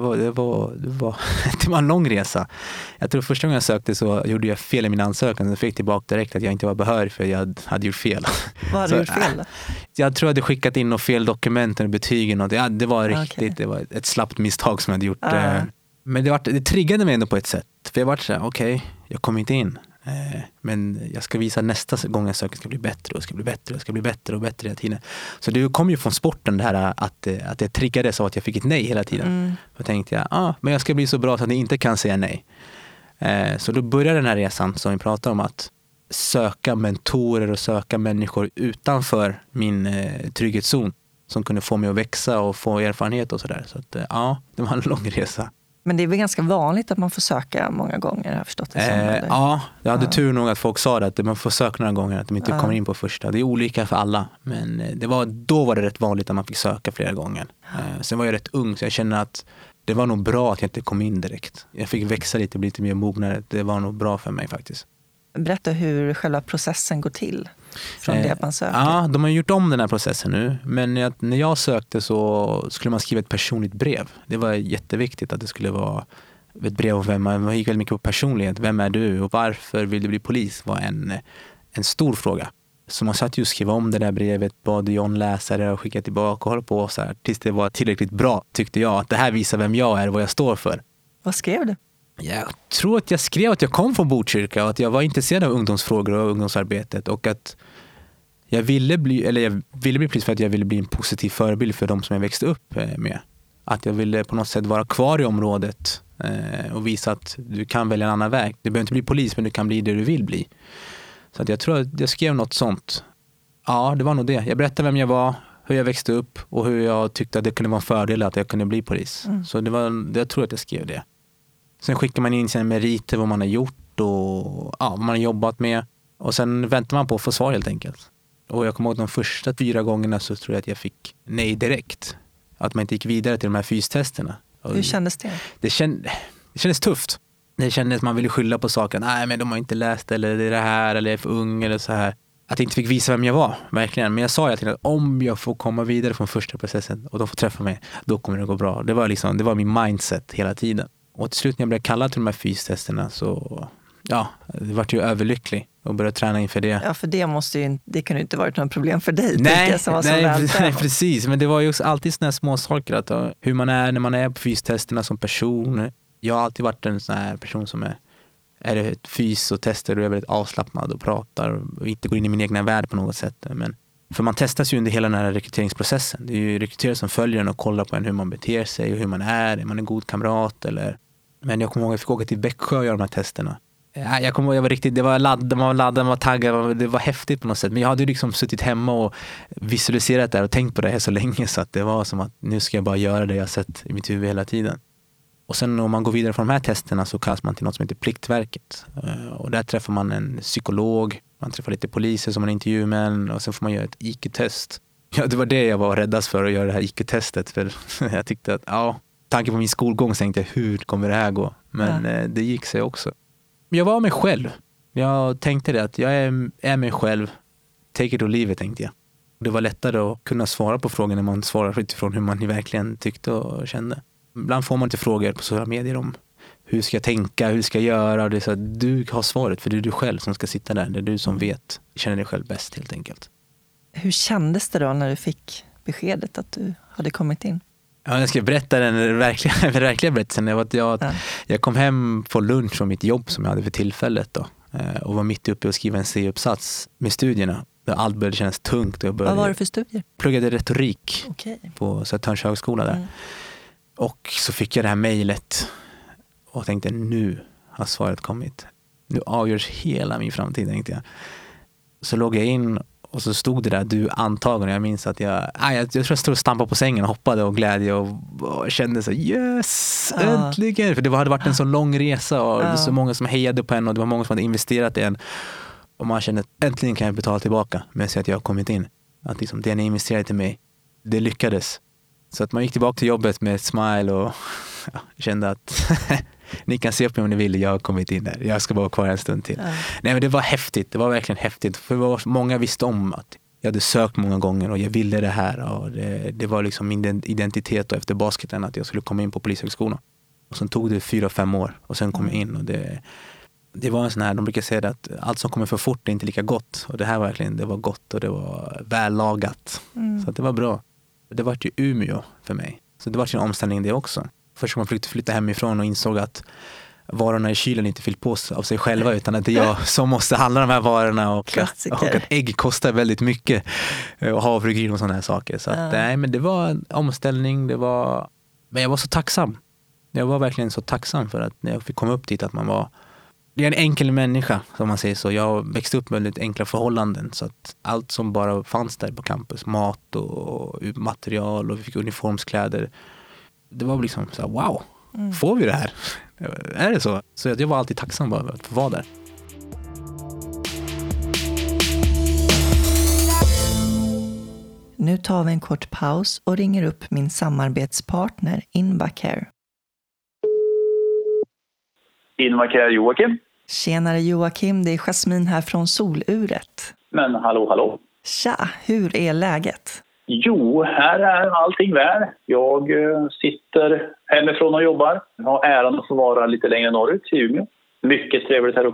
var en lång resa. Jag tror första gången jag sökte så gjorde jag fel i min ansökan. Jag fick tillbaka direkt att jag inte var behörig för jag hade gjort fel. Vad hade du gjort fel? Jag tror jag hade skickat in något fel dokument eller betygen. Och det var riktigt, det var ett slappt misstag som jag hade gjort. Men det triggade mig ändå på ett sätt. För jag var så här, okej, jag kom inte in. Men jag ska visa nästa gång jag söker ska bli bättre och ska bli bättre och ska bli bättre och bättre hela tiden. Så det kom ju från sporten det här att det triggades av att jag fick ett nej hela tiden. Då tänkte jag, men jag ska bli så bra så att ni inte kan säga nej. Så då började den här resan som vi pratar om, att söka mentorer och söka människor utanför min trygghetszon som kunde få mig att växa och få erfarenhet och sådär. Så att det var en lång resa. Men det är väl ganska vanligt att man får söka många gånger, har jag förstått det som. Ja, jag hade tur nog att folk sa det, att man får söka några gånger, att de inte kommer in på första. Det är olika för alla, men då var det rätt vanligt att man fick söka flera gånger. Sen var jag rätt ung, så jag känner att det var nog bra att jag inte kom in direkt. Jag fick växa lite, bli lite mer mognare. Det var nog bra för mig faktiskt. Berätta hur själva processen går till från det att man söker. Ja, de har gjort om den här processen nu. Men när jag sökte så skulle man skriva ett personligt brev. Det var jätteviktigt att det skulle vara ett brev om vem man gick väldigt mycket på personlighet. Vem är du och varför vill du bli polis var en stor fråga. Så man satt ju och skrev om det där brevet, bad John läsa det och skicka tillbaka och hålla på så här, tills det var tillräckligt bra, tyckte jag. Att det här visar vem jag är och vad jag står för. Vad skrev du? Jag tror att jag skrev att jag kom från Botkyrka och att jag var intresserad av ungdomsfrågor och ungdomsarbetet. Och att jag ville bli polis för att jag ville bli en positiv förebild för de som jag växte upp med. Att jag ville på något sätt vara kvar i området och visa att du kan välja en annan väg. Du behöver inte bli polis, men du kan bli det du vill bli. Så att jag tror att jag skrev något sånt. Ja, det var nog det. Jag berättade vem jag var, hur jag växte upp och hur jag tyckte att det kunde vara en fördel att jag kunde bli polis. Så jag tror att jag skrev det. Sen skickar man in sina meriter, vad man har gjort och vad man har jobbat med. Och sen väntar man på att få svar helt enkelt. Och jag kommer ihåg de första 4 gångerna så tror jag att jag fick nej direkt. Att man inte gick vidare till de här fystesterna. Hur kändes det? Det kändes tufft. Det kändes att man ville skylla på saken. Nej, men de har inte läst, eller det är det här, eller jag är för ung eller så här. Att jag inte fick visa vem jag var, verkligen. Men jag sa till att om jag får komma vidare från första processen och de får träffa mig, då kommer det gå bra. Det var min mindset hela tiden. Och till slut när jag blev kallad till de här fystesterna så, det var ju överlycklig och började träna inför det. Ja, för det kan ju inte varit något problem för dig. Nej, precis. Men det var ju också alltid såna här små saker. Att, hur man är när man är på fystesterna som person. Jag har alltid varit en sån här person som är det ett fys och tester och är väldigt avslappnad och pratar och inte går in i min egna värld på något sätt. Men, för man testas ju under hela den här rekryteringsprocessen. Det är ju rekryterare som följer en och kollar på en hur man beter sig och hur man är man en god kamrat eller... Men jag kommer ihåg att jag fick åka till Växjö och göra de här testerna. Jag kommer ihåg, jag var riktigt, det var laddad, man var taggad, det var häftigt på något sätt. Men jag hade ju liksom suttit hemma och visualiserat det och tänkt på det här så länge så att det var som att nu ska jag bara göra det jag sett i mitt huvud hela tiden. Och sen om man går vidare från de här testerna så kallas man till något som heter Pliktverket. Och där träffar man en psykolog, man träffar lite poliser som man intervjuar med och sen får man göra ett IQ-test. Ja, det var det jag var räddast för, att göra det här IQ-testet. För jag tyckte att, tanken på min skolgång så tänkte jag, hur kommer det här gå? Men det gick sig också. Jag var mig själv. Jag tänkte det att jag är mig själv. Take it or leave it, tänkte jag. Det var lättare att kunna svara på frågor när man svarar utifrån hur man verkligen tyckte och kände. Ibland får man inte frågor på sociala medier om hur ska jag tänka, hur ska jag göra. Och det är så att du har svaret, för det är du själv som ska sitta där. Det är du som vet, känner dig själv bäst helt enkelt. Hur kändes det då när du fick beskedet att du hade kommit in? Ja, jag ska berätta den verkliga berättelsen. Jag kom hem på lunch från mitt jobb som jag hade för tillfället då, och var mitt uppe och skriva en C-uppsats med studierna. Allt började kännas tungt. Och vad var det för studier? Pluggade retorik på Södertörns högskola där. Och så fick jag det här mejlet och tänkte, nu har svaret kommit. Nu avgörs hela min framtid, tänkte jag. Så loggade jag in och så stod det där, du antagen. Jag minns att jag tror jag stod och stampade på sängen och hoppade och glädje och kände så, yes, äntligen. För det hade varit en så lång resa och det var så många som hejade på en och det var många som hade investerat i en. Och man kände att äntligen kan jag betala tillbaka med att säga att jag har kommit in. Att liksom, det ni investerade i mig, det lyckades. Så att man gick tillbaka till jobbet med ett smile och kände att ni kan se på mig om ni vill, jag har kommit in där. Jag ska bara vara kvar en stund till. Nej, men det var häftigt. Det var verkligen häftigt. För många visste om att jag hade sökt många gånger och jag ville det här. Och det var liksom min identitet och efter basketen att jag skulle komma in på polishögskolan. Och sen tog det 4-5 år och sen kom jag in och det var en sån här, de brukar säga att allt som kommer för fort är inte lika gott. Och det här verkligen, det var gott och det var vällagat. Så att det var bra. Det var ju Umeå för mig. Så det var ju en omställning det också. Först man flytta hemifrån och insåg att varorna i kylen inte fyllt på av sig själva utan att det är jag som måste handla de här varorna och att ägg kostar väldigt mycket och havregryn och sådana här saker. Så att, nej, men det var en omställning. Men jag var så tacksam. Jag var verkligen så tacksam för att när jag fick komma upp dit att det är en enkel människa, som man säger så. Jag växte upp med väldigt enkla förhållanden. Så att allt som bara fanns där på campus, mat och material och vi fick uniformskläder. Det var liksom så här, wow, får vi det här? Är det så? Så jag var alltid tacksam bara att få vara där. Nu tar vi en kort paus och ringer upp min samarbetspartner Invacare. Invacare, Joakim. Tjenare Joakim, det är Jasmin här från Soluret. Men hallå. Tja, hur är läget? Jo, här är allting väl. Jag sitter hemifrån och jobbar. Jag har äran att få vara lite längre norrut i Umeå. Mycket trevligt här uppe.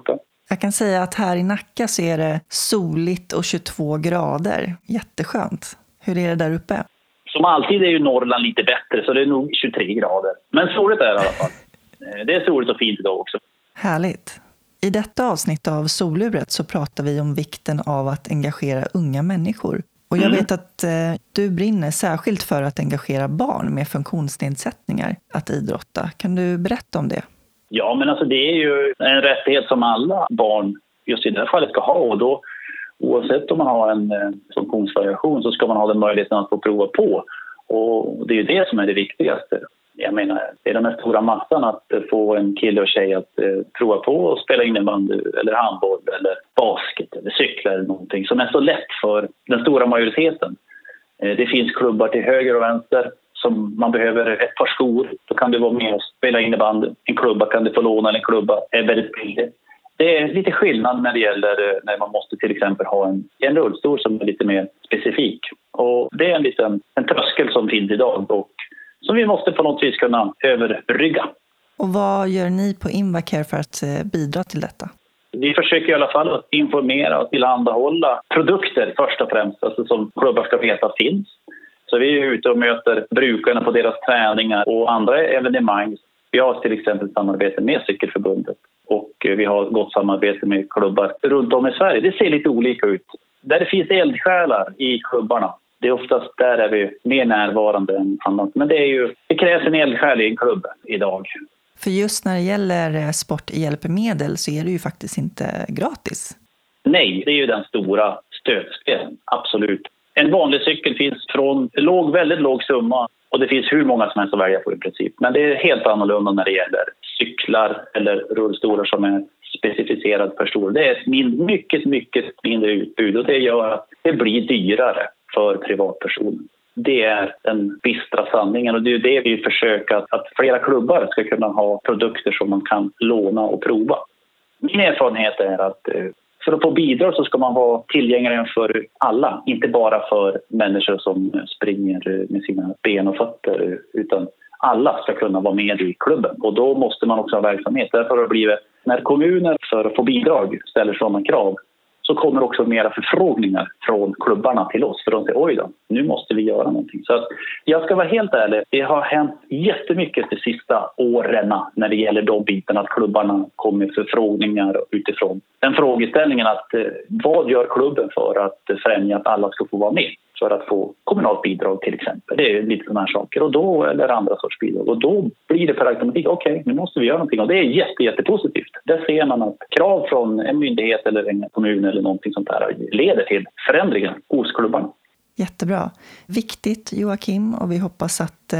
Jag kan säga att här i Nacka så är det soligt och 22 grader. Jätteskönt. Hur är det där uppe? Som alltid är ju Norrland lite bättre, så det är nog 23 grader. Men soligt är det i alla fall. Det är soligt och fint idag också. Härligt. I detta avsnitt av Soluret så pratar vi om vikten av att engagera unga människor. Och jag vet att du brinner särskilt för att engagera barn med funktionsnedsättningar att idrotta. Kan du berätta om det? Ja, men alltså det är ju en rättighet som alla barn just i det här fallet ska ha. Och då, oavsett om man har en funktionsvariation, så ska man ha den möjligheten att få prova på. Och det är ju det som är det viktigaste. Jag menar, det är den här stora massan att få en kille och tjej att prova på och spela innebandy eller handboll eller basket eller cykla eller någonting som är så lätt för den stora majoriteten. Det finns klubbar till höger och vänster som man behöver ett par skor. Då kan du vara med och spela innebandy. En klubba kan du få låna, eller en klubba är väldigt billig. Det är lite skillnad när det gäller när man måste till exempel ha en rullstol som är lite mer specifik. Och det är en tröskel som finns idag och som vi måste på något vis kunna överbrygga. Och vad gör ni på Invacare för att bidra till detta? Vi försöker i alla fall att informera och tillhandahålla produkter först och främst, alltså som klubbar ska veta finns. Så vi är ute och möter brukarna på deras träningar och andra evenemang. Vi har till exempel samarbete med Cykelförbundet och vi har gott samarbete med klubbar runt om i Sverige. Det ser lite olika ut. Där det finns eldsjälar i klubbarna, det är oftast där är vi mer närvarande än annat. Men det krävs en eldsjäl i en klubb idag. För just när det gäller sporthjälpmedel så är det ju faktiskt inte gratis. Nej, det är ju den stora stödspelen, absolut. En vanlig cykel finns från väldigt låg summa och det finns hur många som helst att välja på i princip. Men det är helt annorlunda när det gäller cyklar eller rullstolar som är specificerade för stor. Det är ett mycket, mycket mindre utbud och det gör att det blir dyrare för privatpersoner. Det är den bistra sanningen och det är det vi försöker att flera klubbar ska kunna ha produkter som man kan låna och prova. Min erfarenhet är att för att få bidrag så ska man vara tillgänglig för alla, inte bara för människor som springer med sina ben och fötter, utan alla ska kunna vara med i klubben. Och då måste man också ha verksamhet. Därför har det blivit, när kommuner för att få bidrag ställer sådana krav, så kommer också mera förfrågningar från klubbarna till oss. För de säger, oj då, nu måste vi göra någonting. Så att jag ska vara helt ärlig, det har hänt jättemycket de sista åren när det gäller de bitarna att klubbarna kommer förfrågningar utifrån den frågeställningen att vad gör klubben för att främja att alla ska få vara med? För att få kommunalt bidrag till exempel. Det är lite sådana här saker. Och då, eller andra sorts bidrag. Och då blir det per automatik, okej, nu måste vi göra någonting. Och det är jättepositivt. Där ser man att krav från en myndighet eller en kommun eller någonting sånt där leder till förändringar hos klubbarna. Jättebra. Viktigt, Joakim. Och vi hoppas att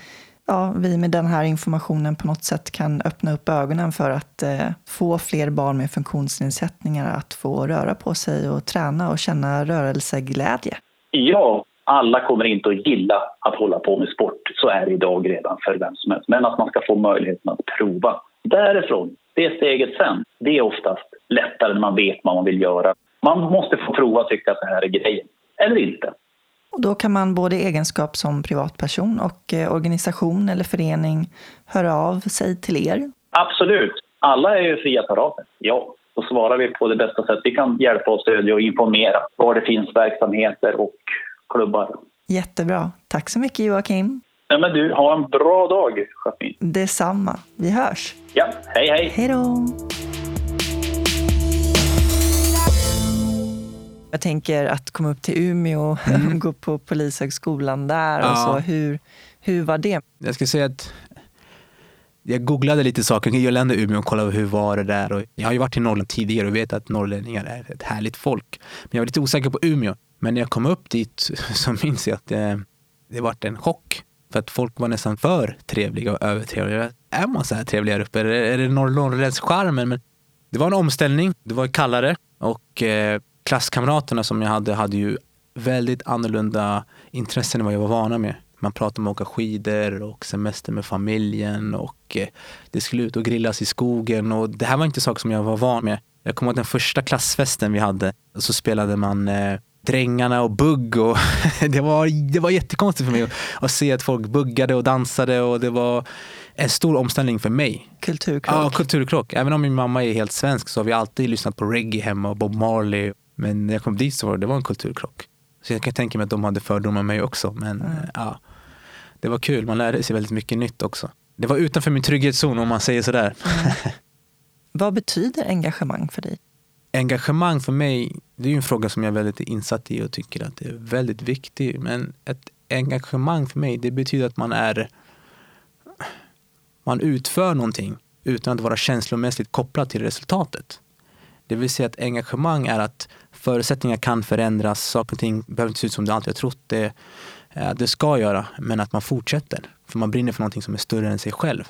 vi med den här informationen på något sätt kan öppna upp ögonen för att få fler barn med funktionsnedsättningar att få röra på sig och träna och känna rörelseglädje. Ja, alla kommer inte att gilla att hålla på med sport. Så är det idag redan för vem som helst. Men att man ska få möjligheten att prova. Därifrån, det steget sen, det är oftast lättare när man vet vad man vill göra. Man måste få prova att tycka att det här är grejen. Eller inte. Och då kan man både i egenskap som privatperson och organisation eller förening höra av sig till er? Absolut. Alla är ju fria att höra av sig. Ja. Då svarar vi på det bästa sätt. Vi kan hjälpa och stödja och informera var det finns verksamheter och klubbar. Jättebra. Tack så mycket, Joakim. Ja, men du, har en bra dag, Jasmin. Detsamma. Vi hörs. Ja, hej. Hej då. Jag tänker att komma upp till Umeå och gå på polishögskolan där. Och så. Hur var det? Jag ska säga att jag googlade lite saker. Jag lände Umeå och kollade hur var det där. Och jag har ju varit i Norrland tidigare och vet att norrlänningar är ett härligt folk. Men jag var lite osäker på Umeå. Men när jag kom upp dit så minns jag att det var en chock. För att folk var nästan för trevliga och övertrevliga. Är man så här trevliga uppe? Är det norrländsk charmen? Men det var en omställning. Det var kallare. Och klasskamraterna som jag hade ju väldigt annorlunda intressen än vad jag var vana med. Man pratade om att åka skidor och semester med familjen och det skulle ut och grillas i skogen och det här var inte saker som jag var van med. Jag kommer ihåg den första klassfesten vi hade så spelade man drängarna och bugg och det var jättekonstigt för mig att se att folk buggade och dansade och det var en stor omställning för mig. Kulturkrock. Ja, kulturkrock. Även om min mamma är helt svensk så har vi alltid lyssnat på reggae hemma och Bob Marley. Men när jag kom dit så var det var en kulturkrock. Så jag kan tänka mig att de hade fördomar med mig också. Men ja, det var kul. Man lärde sig väldigt mycket nytt också. Det var utanför min trygghetszon om man säger sådär. Vad betyder engagemang för dig? Engagemang för mig, det är ju en fråga som jag är väldigt insatt i och tycker att det är väldigt viktigt. Men ett engagemang för mig, det betyder att man utför någonting utan att vara känslomässigt kopplad till resultatet. Det vill säga att engagemang är att förutsättningar kan förändras, saker och ting behöver inte se ut som du alltid har trott det ska göra, men att man fortsätter. För man brinner för någonting som är större än sig själv.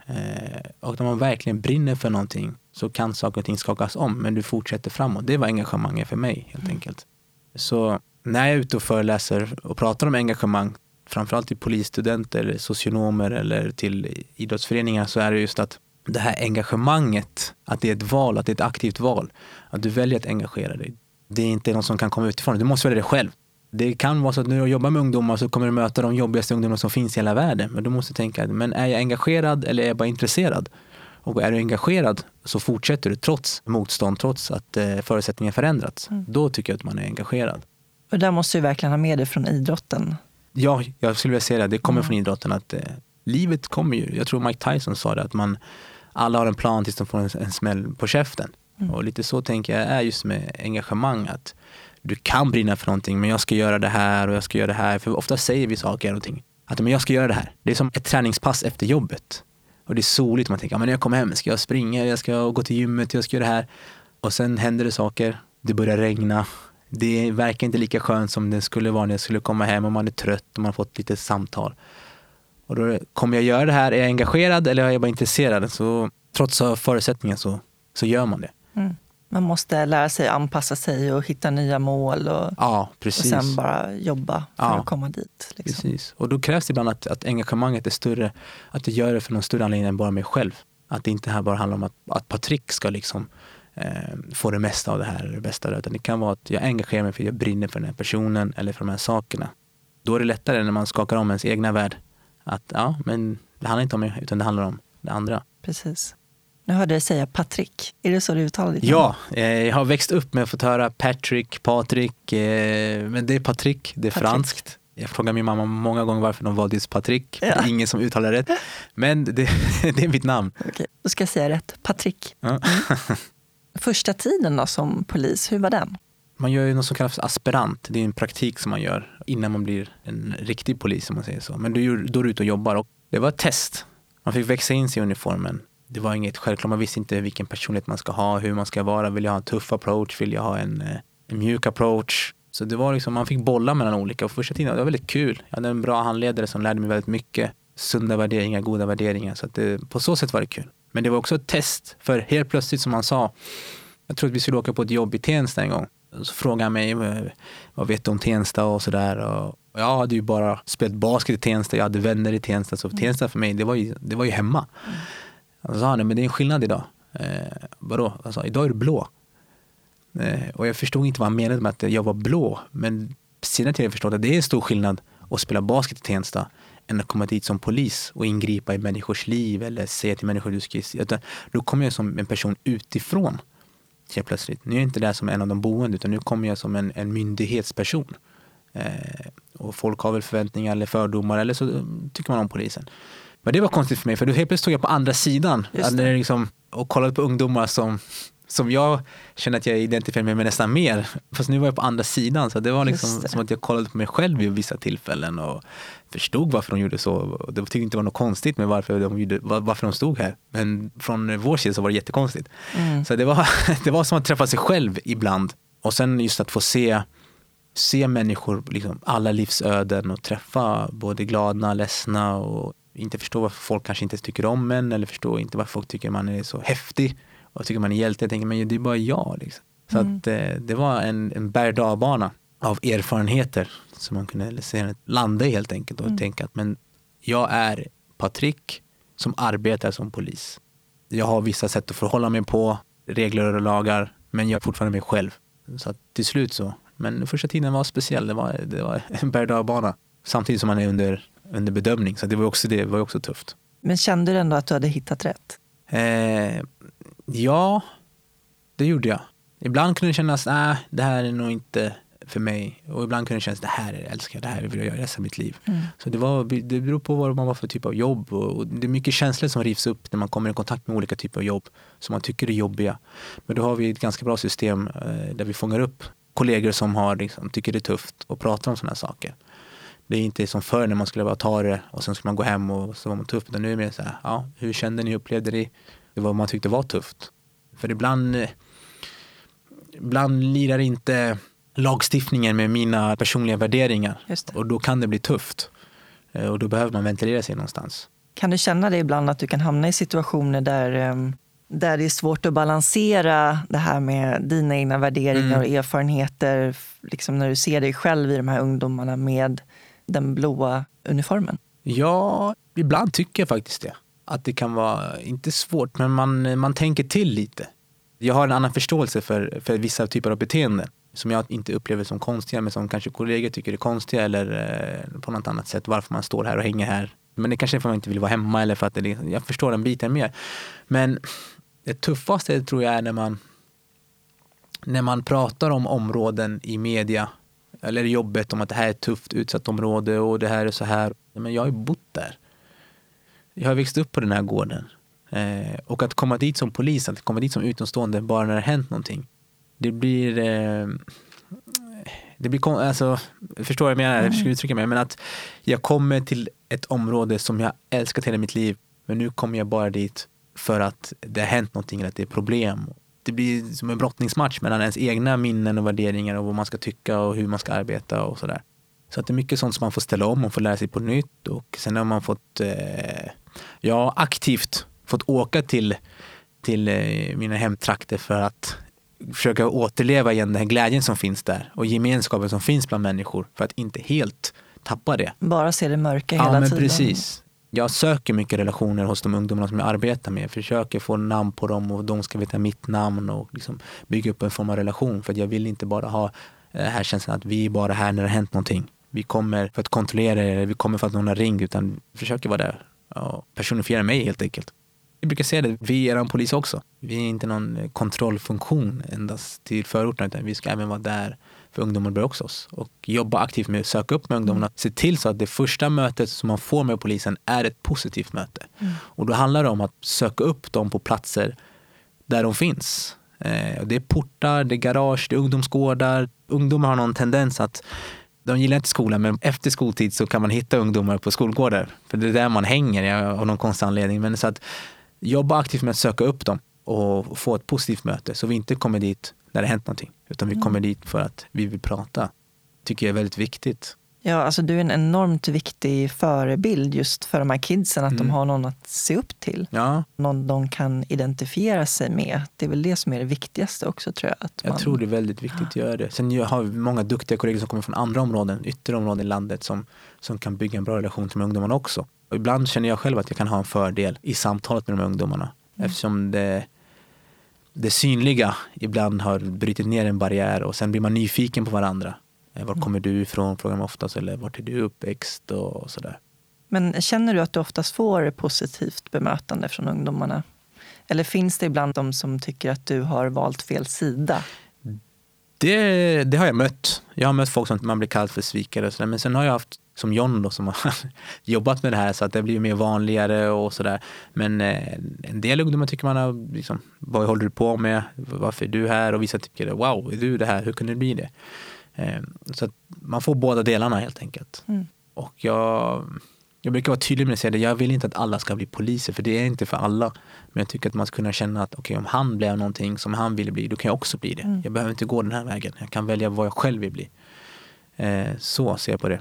Och när man verkligen brinner för någonting så kan saker och ting skakas om, men du fortsätter framåt. Det var engagemanget för mig helt enkelt. Så när jag är ute och föreläser och pratar om engagemang, framförallt till polisstudenter, socionomer eller till idrottsföreningar, så är det just att det här engagemanget, att det är ett val, att det är ett aktivt val, att du väljer att engagera dig. Det är inte något som kan komma utifrån, du måste välja det själv. Det kan vara så att när du jobbar med ungdomar så kommer du möta de jobbigaste ungdomar som finns i hela världen, men du måste tänka, men är jag engagerad eller är jag bara intresserad? Och är du engagerad så fortsätter du trots motstånd, trots att förutsättningar förändrats. Då tycker jag att man är engagerad. Och där måste du verkligen ha med dig från idrotten. Ja, jag skulle vilja säga det kommer från idrotten att livet kommer ju. Jag tror Mike Tyson sa det, att alla har en plan tills de får en smäll på käften. Och lite så tänker jag är just med engagemang, att du kan brinna för någonting, men jag ska göra det här och jag ska göra det här. För ofta säger vi saker någonting, att men jag ska göra det här. Det är som ett träningspass efter jobbet. Och det är soligt, man tänker, men när jag kommer hem ska jag springa, jag ska gå till gymmet, jag ska göra det här. Och sen händer det saker, det börjar regna. Det verkar inte lika skönt som det skulle vara när jag skulle komma hem och man är trött och man har fått lite samtal. Och då kommer jag göra det här, är jag engagerad eller är jag bara intresserad? Så trots förutsättningar så gör man det. Man måste lära sig anpassa sig och hitta nya mål och sen bara jobba för att komma dit. Liksom. Precis. Och då krävs det ibland att engagemanget är större, att du gör det för någon större anledning än bara mig själv. Att det inte här bara handlar om att Patrik ska liksom få det mesta av det här, det bästa av det. Utan det kan vara att jag engagerar mig för att jag brinner för den här personen eller för de här sakerna. Då är det lättare när man skakar om ens egna värld. Att men det handlar inte om mig utan det handlar om det andra. Precis. Nu hörde jag säga Patrik. Är det så du uttalar ditt namn? Ja, jag har växt upp med att få höra Patrik, men det är Patrik, det är franskt. Jag frågar min mamma många gånger varför de valde just Patrik. Ja. Det är ingen som uttalar rätt. Men det är mitt namn. Okej, då ska jag säga rätt. Patrik. Ja. Första tiden då som polis, hur var den? Man gör ju något som kallas aspirant. Det är en praktik som man gör innan man blir en riktig polis, om man säger så. Men då är du ute och jobbar. Och det var ett test. Man fick växa in sig i uniformen. Det var inget självklart. Man visste inte vilken personlighet man ska ha, hur man ska vara. Vill jag ha en tuff approach? Vill jag ha en mjuk approach? Så det var liksom, man fick bolla mellan olika. Och första tiden, det var väldigt kul. Jag hade en bra handledare som lärde mig väldigt mycket. Sunda värderingar, goda värderingar. Så att på så sätt var det kul. Men det var också ett test. För helt plötsligt, som han sa, jag tror att vi skulle åka på ett jobb i Tensta en gång. Så frågade han mig, vad vet du om Tensta och sådär. Och jag hade ju bara spelat basket i Tensta. Jag hade vänner i Tensta. Så Tensta för mig, det var ju hemma. Han sa, men det är en skillnad idag. Vadå? Han sa, idag är du blå. Och jag förstod inte vad han menade med att jag var blå. Men senare till jag förstod att det är en stor skillnad att spela basket i Tensta än att komma dit som polis och ingripa i människors liv eller säga till människor du ska se. Då kommer jag som en person utifrån. Helt plötsligt. Nu är jag inte där som en av de boende, utan nu kommer jag som en myndighetsperson. Och folk har väl förväntningar eller fördomar, eller så tycker man om polisen. Men det var konstigt för mig, för då helt plötsligt stod jag på andra sidan liksom, och kollade på ungdomar som jag känner att jag identifierar mig med nästan mer. Fast nu var jag på andra sidan, så det var liksom som att jag kollade på mig själv vid vissa tillfällen och förstod varför de gjorde så. Det tyckte inte var något konstigt med varför de stod här. Men från vår sida så var det jättekonstigt. Så det var som att träffa sig själv ibland. Och sen just att få se människor, liksom alla livsöden, och träffa både glada, ledsna och inte förstå varför folk kanske inte tycker om en, eller förstå inte varför folk tycker man är så häftig och tycker man är hjälte. Jag tänker, men det är bara jag liksom. Så att det var en berg-och-dalbana av erfarenheter som man kunde landa i helt enkelt och tänka att men jag är Patrik som arbetar som polis. Jag har vissa sätt att förhålla mig på, regler och lagar, men jag är fortfarande mig själv. Så att till slut så, Men första tiden var speciell. Det var en berg-och-dalbana. Samtidigt som man är under bedömning. Så det var också tufft. Men kände du ändå att du hade hittat rätt? Ja, det gjorde jag. Ibland kunde det kännas, det här är nog inte för mig. Och ibland kunde det kännas, det här älskar jag, det här vill jag göra resten av mitt liv. Så det beror på vad man var för typ av jobb. Och det är mycket känslor som rivs upp när man kommer i kontakt med olika typer av jobb som man tycker är jobbiga. Men då har vi ett ganska bra system där vi fångar upp kollegor som tycker det är tufft och pratar om sådana här saker. Det är inte som förr när man skulle bara ta det och sen skulle man gå hem och så var man tuff. Utan nu är det mer så här, hur kände ni, upplevde det? Det var vad man tyckte var tufft. För ibland lirar inte lagstiftningen med mina personliga värderingar. Och då kan det bli tufft. Och då behöver man ventilera sig någonstans. Kan du känna det ibland att du kan hamna i situationer där det är svårt att balansera det här med dina egna värderingar och erfarenheter, liksom när du ser dig själv i de här ungdomarna med den blåa uniformen? Ja, ibland tycker jag faktiskt det. Att det kan vara, inte svårt, men man tänker till lite. Jag har en annan förståelse för vissa typer av beteenden som jag inte upplever som konstiga, men som kanske kollegor tycker är konstiga eller på något annat sätt varför man står här och hänger här. Men det kanske är för att man inte vill vara hemma eller för att jag förstår den biten mer. Men det tuffaste tror jag är när man pratar om områden i media eller i jobbet om att det här är ett tufft utsatt område och det här är så här. Men jag har ju bott där. Jag har växt upp på den här gården. Och att komma dit som polis, att komma dit som utomstående bara när det har hänt någonting. Det blir alltså, förstår jag menar, jag försöker uttrycka mig, men att jag kommer till ett område som jag älskat hela mitt liv, men nu kommer jag bara dit för att det har hänt någonting eller att det är problem. Det blir som en brottningsmatch mellan ens egna minnen och värderingar och vad man ska tycka och hur man ska arbeta och sådär. Så att det är mycket sånt som man får ställa om och får lära sig på nytt. Och sen har man fått aktivt fått åka till mina hemtrakter för att försöka återleva igen den här glädjen som finns där och gemenskapen som finns bland människor för att inte helt tappa det. Bara se det mörka hela tiden. Ja, men precis. Jag söker mycket relationer hos de ungdomarna som jag arbetar med. Försöker få namn på dem och de ska veta mitt namn och liksom bygga upp en form av relation. För att jag vill inte bara ha här känslan att vi är bara här när det har hänt någonting. Vi kommer för att kontrollera det, vi kommer för att någon har ringt, utan försöker vara där och personifiera mig helt enkelt. Vi brukar säga det, vi är en polis också. Vi är inte någon kontrollfunktion endast till förorten, utan vi ska även vara där för ungdomar bör också oss. Och jobba aktivt med att söka upp med ungdomarna. Se till så att det första mötet som man får med polisen är ett positivt möte. Och då handlar det om att söka upp dem på platser där de finns. Det är portar, det är garage, det är ungdomsgårdar. Ungdomar har någon tendens att de gillar inte skolan, men efter skoltid så kan man hitta ungdomar på skolgårdar. För det är där man hänger av någon konstig anledning. Men så att jobba aktivt med att söka upp dem och få ett positivt möte. Så vi inte kommer dit när det hänt någonting. Utan vi kommer dit för att vi vill prata. Tycker jag är väldigt viktigt. Ja, alltså du är en enormt viktig förebild just för de här kidsen. Att de har någon att se upp till. Ja. Någon de kan identifiera sig med. Det är väl det som är det viktigaste också, tror jag. Jag tror det är väldigt viktigt att göra det. Sen har vi många duktiga kollegor som kommer från andra områden, yttre områden i landet som kan bygga en bra relation till de ungdomarna också. Och ibland känner jag själv att jag kan ha en fördel i samtalet med de ungdomarna. Eftersom det synliga ibland har brutit ner en barriär och sen blir man nyfiken på varandra. Var kommer du ifrån, frågar man oftast, eller vart är du uppväxt och sådär. Men känner du att du oftast får positivt bemötande från ungdomarna? Eller finns det ibland de som tycker att du har valt fel sida? Det har jag mött. Jag har mött folk som man blir kallad för svikare och sådär. Men sen har jag haft, som John då, som har jobbat med det här så att det blir mer vanligare och sådär. Men en del ungdomar tycker man har liksom, vad håller du på med? Varför är du här? Och vissa tycker, wow, är du det här? Hur kunde det bli det? Så att man får båda delarna helt enkelt. Och jag brukar vara tydlig med att säga det. Jag vill inte att alla ska bli poliser, för det är inte för alla. Men jag tycker att man ska kunna känna att okej, om han blev någonting som han ville bli, då kan jag också bli det. Jag behöver inte gå den här vägen. Jag kan välja vad jag själv vill bli. Så ser jag på det.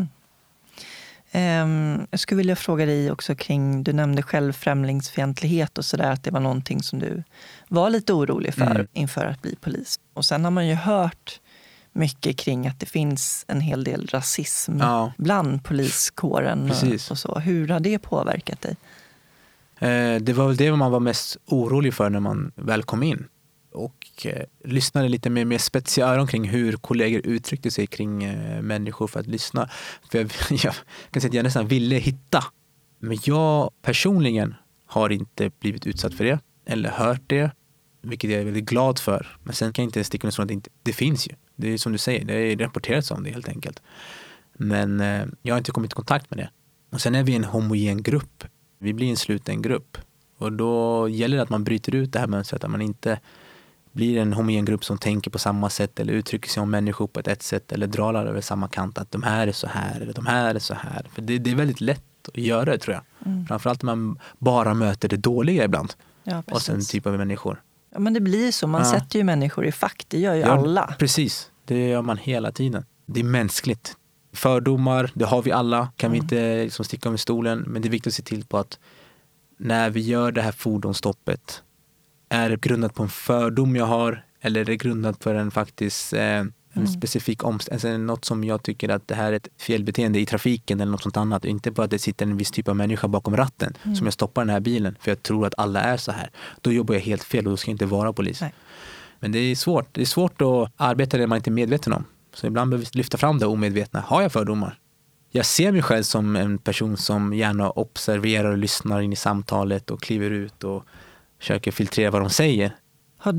Jag skulle vilja fråga dig också kring, du nämnde själv främlingsfientlighet och sådär, att det var någonting som du var lite orolig för inför att bli polis. Och sen har man ju hört mycket kring att det finns en hel del rasism bland poliskåren och så. Hur har det påverkat dig? Det var väl det man var mest orolig för när man väl kom in. och lyssnade lite med spetsiga öron kring hur kollegor uttryckte sig kring människor för att lyssna. För jag kan säga att jag nästan ville hitta. Men jag personligen har inte blivit utsatt för det eller hört det, vilket jag är väldigt glad för. Men sen kan jag inte sticka under stol att det finns ju. Det är som du säger, det är rapporterats om det helt enkelt. Men jag har inte kommit i kontakt med det. Och sen är vi en homogen grupp. Vi blir en sluten grupp. Och då gäller det att man bryter ut det här mönstret, att man inte blir en homogen grupp som tänker på samma sätt eller uttrycker sig om människor på ett sätt eller drar över samma kant, att de här är så här eller de här är så här. För det är väldigt lätt att göra det, tror jag. Framförallt när man bara möter det dåliga ibland. Ja, och sen typ av människor. Ja, men det blir så. Man sätter ju människor i fack. Det gör ju alla. Precis. Det gör man hela tiden. Det är mänskligt. Fördomar, det har vi alla. Kan vi inte liksom sticka om i stolen. Men det är viktigt att se till på att när vi gör det här fordonsstoppet, är det grundat på en fördom jag har, eller är det grundat på en faktiskt en specifik alltså något som jag tycker att det här är ett felbeteende i trafiken eller något sånt annat, och inte bara att det sitter en viss typ av människa bakom ratten som jag stoppar den här bilen för jag tror att alla är så här. Då jobbar jag helt fel och då ska jag inte vara polis. Nej. Men det är svårt. Det är svårt att arbeta det man inte är medveten om. Så ibland behöver vi lyfta fram det omedvetna. Har jag fördomar? Jag ser mig själv som en person som gärna observerar och lyssnar in i samtalet och kliver ut och försöker filtrera vad de säger. Har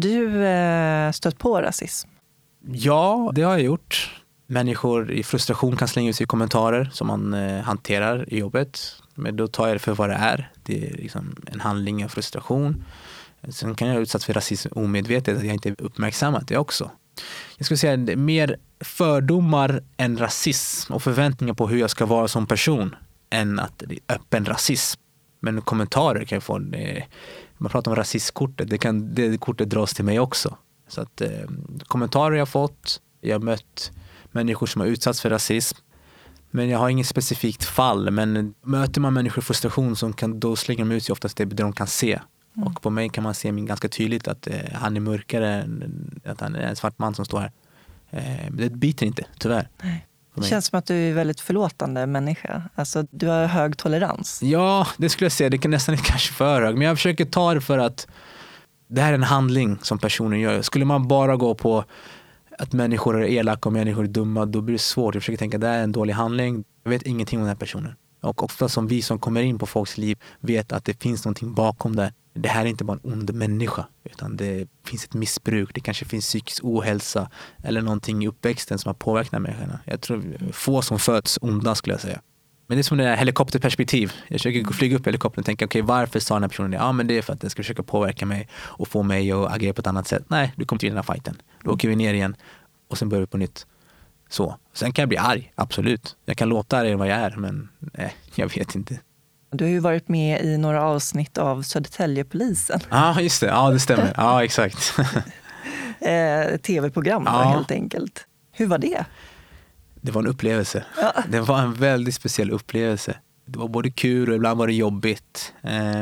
du stött på rasism? Ja, det har jag gjort. Människor i frustration kan slänga ut sig i kommentarer som man hanterar i jobbet. Men då tar jag det för vad det är. Det är liksom en handling av frustration. Sen kan jag ha utsatts för rasism omedvetet, att jag inte uppmärksammat det också. Jag skulle säga det är mer fördomar än rasism och förväntningar på hur jag ska vara som person än att det är öppen rasism. Men kommentarer kan jag få. Man pratar om rasistkortet, det kortet dras till mig också. Så att kommentarer jag har fått, jag har mött människor som har utsatts för rasism. Men jag har inget specifikt fall. Men möter man människor i frustration som kan då slänga dem ut sig oftast det de kan se. Och på mig kan man se ganska tydligt att han är mörkare, att han är en svart man som står här. Det biter inte, tyvärr. Nej. Det känns som att du är väldigt förlåtande människa. Alltså, du har hög tolerans. Ja, det skulle jag säga. Det kan nästan inte kanske för hög. Men jag försöker ta det för att det här är en handling som personen gör. Skulle man bara gå på att människor är elaka och människor är dumma, då blir det svårt. Jag försöker tänka att det är en dålig handling. Jag vet ingenting om den här personen. Och ofta som vi som kommer in på folks liv vet att det finns någonting bakom det. Det här är inte bara en ond människa, utan det finns ett missbruk. Det kanske finns psykisk ohälsa eller någonting i uppväxten som har påverkat människorna. Jag tror få som föds onda, skulle jag säga. Men det är som det här helikopterperspektiv. Jag försöker flyga upp helikoptern och tänka, okej, varför sa den här personen det? Ja, men det är för att den ska försöka påverka mig och få mig att agera på ett annat sätt. Nej, du kommer till den här fighten. Då åker vi ner igen och sen börjar vi på nytt. Så. Sen kan jag bli arg, absolut. Jag kan låta arg än vad jag är, men nej, jag vet inte. Du har ju varit med i några avsnitt av Södertäljepolisen. Ja, just det. Ja, det stämmer. Ja, exakt. TV-program helt enkelt. Hur var det? Det var en upplevelse. Ja. Det var en väldigt speciell upplevelse. Det var både kul och ibland var det jobbigt.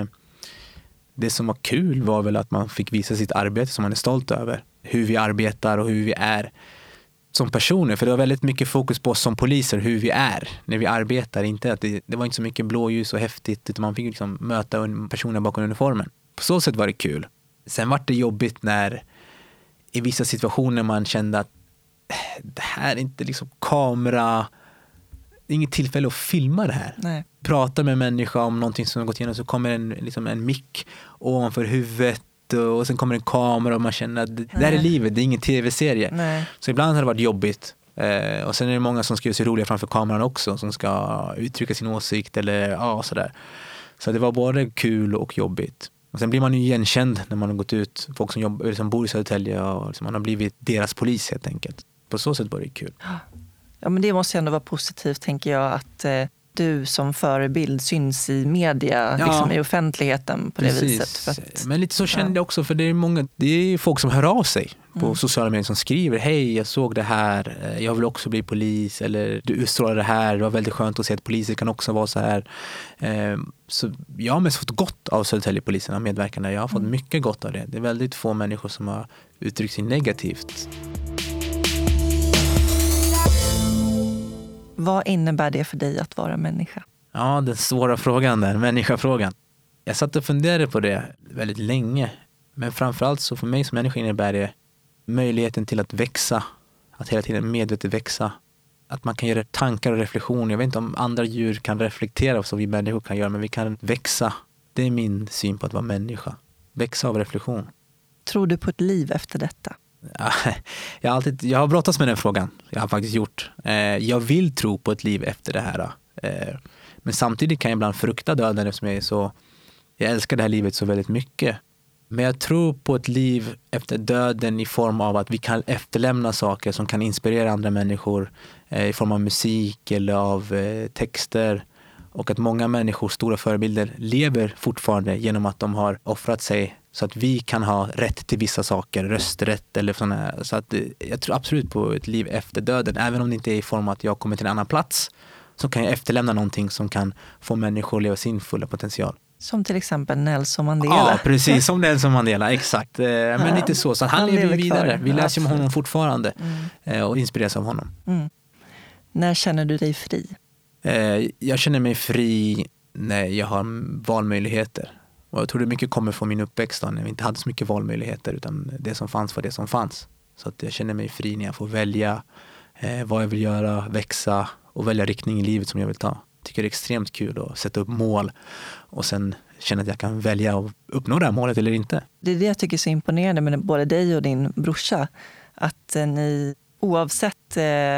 Det som var kul var väl att man fick visa sitt arbete som man är stolt över. Hur vi arbetar och hur vi är som personer. För det var väldigt mycket fokus på oss som poliser, hur vi är när vi arbetar. Inte att det var inte så mycket blåljus och häftigt, utan man fick liksom möta personer bakom uniformen. På så sätt var det kul. Sen var det jobbigt när i vissa situationer man kände att det här är inte liksom kamera, det är inget tillfälle att filma det här. Nej. Prata med en människa om någonting som har gått igenom, så kommer en mick ovanför huvudet och sen kommer en kamera och man känner att det här är livet, det är ingen tv-serie. Nej. Så ibland har det varit jobbigt. Och sen är det många som ska göra sig roliga framför kameran också, som ska uttrycka sin åsikt eller sådär. Så det var både kul och jobbigt. Och sen blir man ju igenkänd när man har gått ut. Folk som bor i Södertälje och liksom, man har blivit deras polis helt enkelt. På så sätt var det kul. Ja, men det måste ändå vara positivt, tänker jag, att du som förebild syns i media, liksom i offentligheten på det viset. För att, men lite så kände jag också, för det är folk som hör av sig på sociala medier som skriver, hej, jag såg det här, jag vill också bli polis, eller du utstrålar det här, det var väldigt skönt att se att poliser kan också vara så här. Så jag har mest fått gott av Södertäljepolisen, av medverkande. Jag har fått mycket gott av det. Det är väldigt få människor som har uttryckt sig negativt. Vad innebär det för dig att vara människa? Ja, den svåra frågan där, människafrågan. Jag satt och funderade på det väldigt länge. Men framförallt så för mig som människa innebär det möjligheten till att växa. Att hela tiden medvetet växa. Att man kan göra tankar och reflektioner. Jag vet inte om andra djur kan reflektera som vi människor kan göra, men vi kan växa. Det är min syn på att vara människa. Växa av reflektion. Tror du på ett liv efter detta? Jag har brottats med den frågan. Jag har faktiskt gjort. Jag vill tro på ett liv efter det här. Men samtidigt kan jag ibland frukta döden eftersom jag älskar det här livet så väldigt mycket. Men jag tror på ett liv efter döden i form av att vi kan efterlämna saker som kan inspirera andra människor i form av musik eller av texter. Och att många människor, stora förebilder, lever fortfarande genom att de har offrat sig så att vi kan ha rätt till vissa saker, rösträtt eller sådana. Så att jag tror absolut på ett liv efter döden, även om det inte är i form av att jag kommer till en annan plats, så kan jag efterlämna någonting som kan få människor att leva sin fulla potential. Som till exempel Nelson Mandela. Ja, precis. Som Nelson Mandela, exakt. Men lite så. Så han lever vidare. Vi läser om honom fortfarande och inspireras av honom. När känner du dig fri? Jag känner mig fri när jag har valmöjligheter. Och jag tror det mycket kommer från min uppväxt när vi inte hade så mycket valmöjligheter, utan det som fanns var det som fanns. Så att jag känner mig fri när jag får välja vad jag vill göra, växa och välja riktning i livet som jag vill ta. Tycker det är extremt kul att sätta upp mål och sen känna att jag kan välja att uppnå det här målet eller inte. Det är det jag tycker är så imponerande med både dig och din brorsa. Att ni oavsett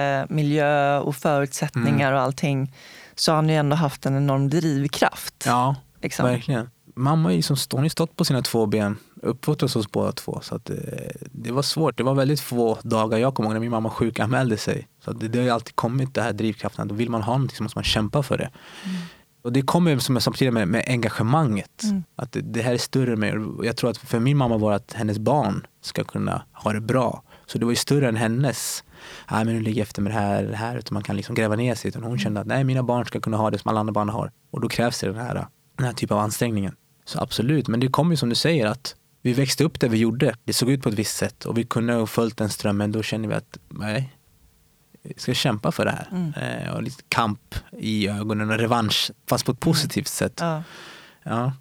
miljö och förutsättningar och allting, så har ni ändå haft en enorm drivkraft. Ja, liksom. Verkligen. Mamma är liksom stått på sina 2 ben, uppfostrats oss båda 2. Så att det var svårt. Det var väldigt få dagar jag kom ihåg när min mamma sjukanmälde sig. Så att det har ju alltid kommit det här drivkraften. Då vill man ha någonting så måste man kämpa för det. Och det kommer som jag samtidigt med engagemanget. Att det här är större än mig. Och jag tror att för min mamma var att hennes barn ska kunna ha det bra. Så det var ju större än hennes. Men nu ligger jag efter med det här. Utan man kan liksom gräva ner sig. Utan hon kände att nej, mina barn ska kunna ha det som alla andra barn har. Och då krävs det den här typen av ansträngningen. Så absolut. Men det kommer ju som du säger att vi växte upp där vi gjorde. Det såg ut på ett visst sätt. Och vi kunde ha följt den strömmen. Då känner vi att nej, vi ska kämpa för det här. Och lite kamp i ögonen och revansch. Fast på ett positivt sätt. Ja.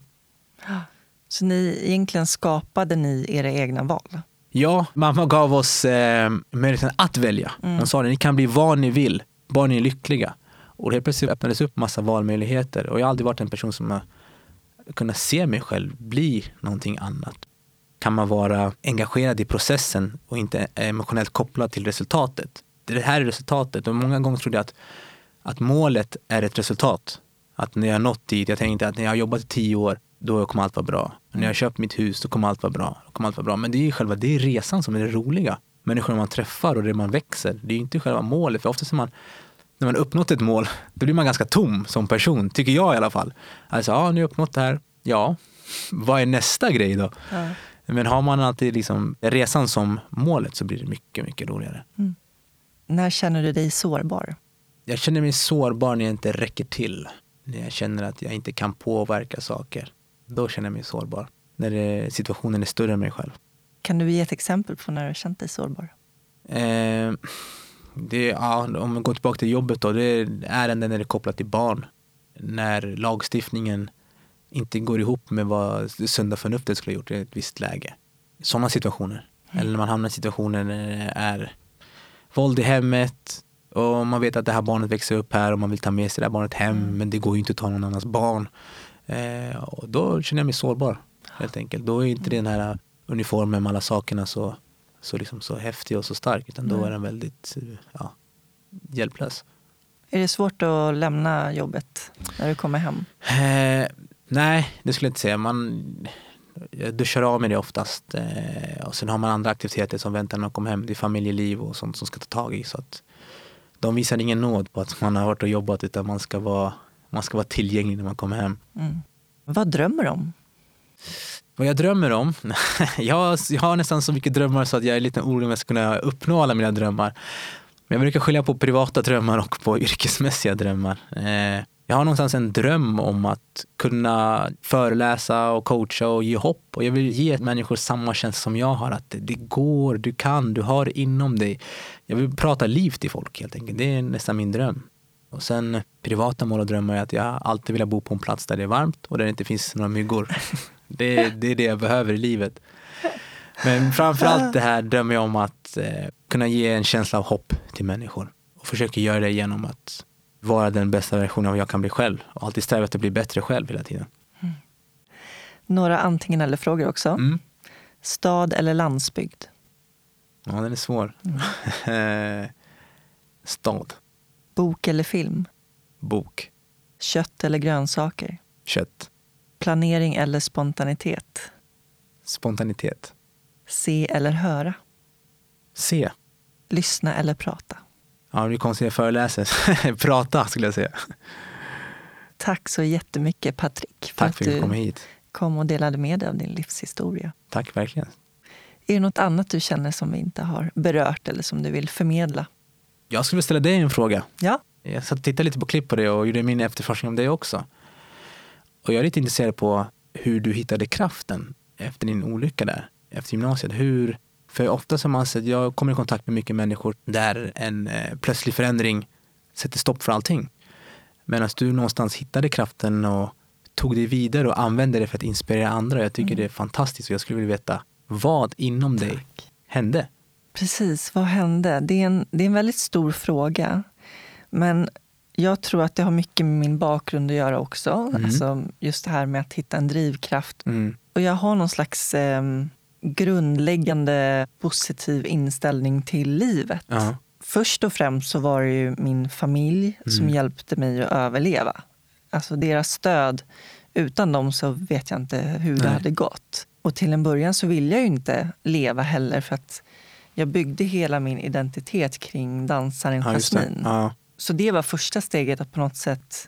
Så egentligen skapade ni era egna val? Ja, mamma gav oss möjligheten att välja. Hon sa det, ni kan bli vad ni vill. Bara ni är lyckliga. Och helt plötsligt öppnades upp massa valmöjligheter. Och jag har aldrig varit en person som har kunnat se mig själv bli någonting annat. Kan man vara engagerad i processen och inte emotionellt kopplad till resultatet. Det här är resultatet. Och många gånger trodde jag att målet är ett resultat. Att när jag har nått dit, jag tänkte att när jag har jobbat i 10 år, då kommer allt vara bra. När jag har köpt mitt hus, då kommer allt vara bra. Men det är det är resan som är det roliga. Människor man träffar och det man växer. Det är inte själva målet. För ofta när man uppnått ett mål, då blir man ganska tom som person. Tycker jag i alla fall. Alltså, nu har jag uppnått det här. Ja, vad är nästa grej då? Ja. Men har man alltid liksom resan som målet så blir det mycket, mycket roligare. När känner du dig sårbar? Jag känner mig sårbar när jag inte räcker till. När jag känner att jag inte kan påverka saker. Då känner jag mig sårbar. När situationen är större än mig själv. Kan du ge ett exempel på när du har känt dig sårbar? Om vi går tillbaka till jobbet då. Det är ärenden när det är kopplat till barn. När lagstiftningen inte går ihop med vad det sunda förnuftet skulle ha gjort i ett visst läge. Sådana situationer. Eller när man hamnar i situationer när det är våld i hemmet. Och man vet att det här barnet växer upp här och man vill ta med sig det här barnet hem. Men det går ju inte att ta någon annans barn. Och då känner jag mig sårbar helt enkelt. Då är inte den här uniformen med alla sakerna så häftig och så stark. Utan då är den väldigt hjälplös. Är det svårt att lämna jobbet när du kommer hem? Nej, det skulle jag inte säga. Jag duschar av med det oftast. Och sen har man andra aktiviteter som väntar när man kommer hem. Det är familjeliv och sånt som ska ta tag i. Så att de visar ingen nåd på att man har varit och jobbat, utan man ska vara tillgänglig när man kommer hem. Vad drömmer du om? Vad jag drömmer om? Jag har nästan så mycket drömmar så att jag är lite orolig om jag ska kunna uppnå alla mina drömmar. Men jag brukar skilja på privata drömmar och på yrkesmässiga drömmar. Jag har någonstans en dröm om att kunna föreläsa och coacha och ge hopp. Och jag vill ge människor samma känsla som jag har. Att det går, du kan, du har det inom dig. Jag vill prata liv till folk helt enkelt. Det är nästan min dröm. Och sen privata mål och drömmar är att jag alltid vill bo på en plats där det är varmt och där det inte finns några myggor. Det är det jag behöver i livet. Men framförallt det här drömmer jag om att kunna ge en känsla av hopp till människor. Och försöka göra det genom att vara den bästa versionen av jag kan bli själv. Och alltid sträva efter att bli bättre själv hela tiden. Mm. Några antingen eller frågor också. Mm. Stad eller landsbygd? Ja, den är svår. Stad. Bok eller film? Bok. Kött eller grönsaker? Kött. Planering eller spontanitet? Spontanitet. Se eller höra? Se. Lyssna eller prata? Ja, det är konstigt jag föreläser. Prata skulle jag säga. Tack så jättemycket, Patrik, Tack för att du kom hit. Kom och delade med dig av din livshistoria. Tack, verkligen. Är det något annat du känner som vi inte har berört eller som du vill förmedla? Jag skulle ställa dig en fråga. Ja. Jag satt och tittade lite på klipp på det och gjorde min efterforskning om det också. Och jag är lite intresserad på hur du hittade kraften efter din olycka där, efter gymnasiet. För ofta som man sett, jag kommer i kontakt med mycket människor där en plötslig förändring sätter stopp för allting. Medan du någonstans hittade kraften och tog det vidare och använde det för att inspirera andra. Jag tycker det är fantastiskt och jag skulle vilja veta vad inom dig hände. Precis, vad hände? Det är en väldigt stor fråga. Men jag tror att det har mycket med min bakgrund att göra också. Alltså just det här med att hitta en drivkraft. Och jag har någon slags grundläggande positiv inställning till livet. Först och främst så var det ju min familj som hjälpte mig att överleva. Alltså deras stöd. Utan dem så vet jag inte hur det hade gått. Och till en början så ville jag ju inte leva heller för att jag byggde hela min identitet kring dansaren Jasmin. Så det var första steget att på något sätt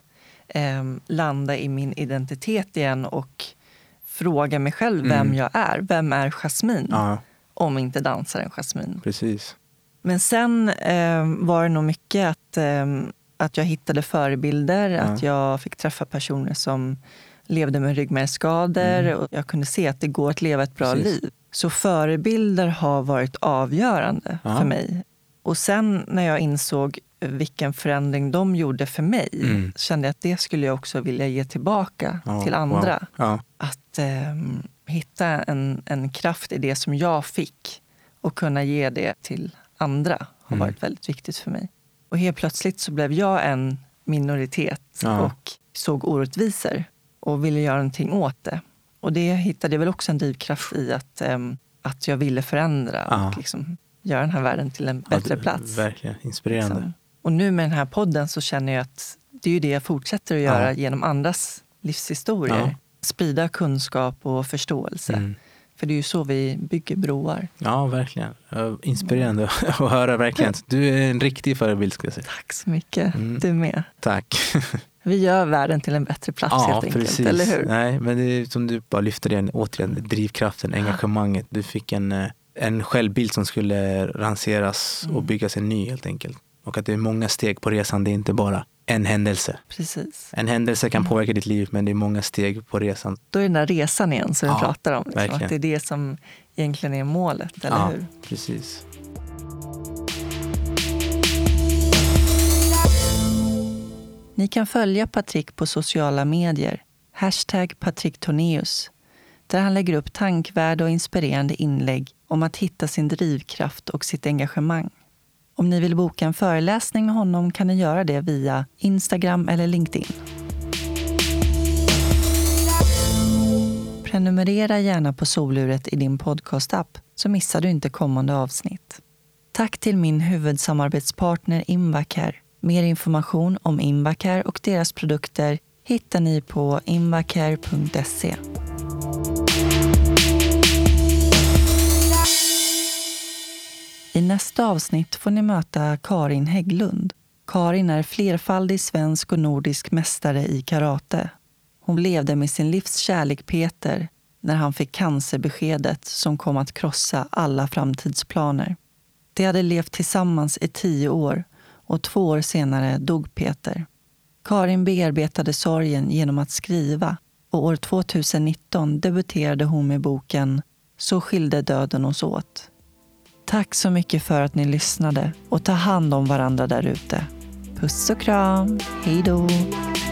landa i min identitet igen och fråga mig själv vem jag är. Vem är Jasmin? Om inte dansaren Jasmin. Precis. Men sen var det nog mycket att jag hittade förebilder. Att jag fick träffa personer som levde med ryggmärgsskador. Och jag kunde se att det går att leva ett bra liv. Så förebilder har varit avgörande för mig. Och sen när jag insåg vilken förändring de gjorde för mig kände jag att det skulle jag också vilja ge tillbaka till andra. Att hitta en kraft i det som jag fick och kunna ge det till andra har varit väldigt viktigt för mig. Och helt plötsligt så blev jag en minoritet och såg orättvisor och ville göra någonting åt det. Och det hittade jag väl också en drivkraft i att jag ville förändra och liksom göra den här världen till en bättre plats. Verkligen, inspirerande. Liksom. Och nu med den här podden så känner jag att det är ju det jag fortsätter att göra genom andras livshistorier. Sprida kunskap och förståelse. För det är ju så vi bygger broar. Ja, verkligen. Inspirerande att höra verkligen. Du är en riktig förebild skulle jag säga. Tack så mycket. Du med. Tack. Vi gör världen till en bättre plats helt enkelt, precis. eller hur? Nej, men det är som du bara lyfter igen, återigen, drivkraften, engagemanget. Du fick en självbild som skulle ranseras och byggas en ny helt enkelt. Och att det är många steg på resan, det är inte bara en händelse. Precis. En händelse kan påverka ditt liv, men det är många steg på resan. Då är den där resan igen som vi pratar om. Liksom, verkligen. att det är det som egentligen är målet, eller hur? Precis. Ni kan följa Patrik på sociala medier. #PatrikTornéus. Där han lägger upp tankvärda och inspirerande inlägg om att hitta sin drivkraft och sitt engagemang. Om ni vill boka en föreläsning med honom kan ni göra det via Instagram eller LinkedIn. Prenumerera gärna på Soluret i din podcastapp så missar du inte kommande avsnitt. Tack till min huvudsamarbetspartner Invacare. Mer information om Invacare och deras produkter hittar ni på invacare.se. I nästa avsnitt får ni möta Karin Hägglund. Karin är flerfaldig svensk och nordisk mästare i karate. Hon levde med sin livs kärlek Peter när han fick cancerbeskedet som kom att krossa alla framtidsplaner. De hade levt tillsammans i 10 år och 2 år senare dog Peter. Karin bearbetade sorgen genom att skriva och år 2019 debuterade hon med boken Så skilde döden oss åt. Tack så mycket för att ni lyssnade och ta hand om varandra där ute. Puss och kram, hej då!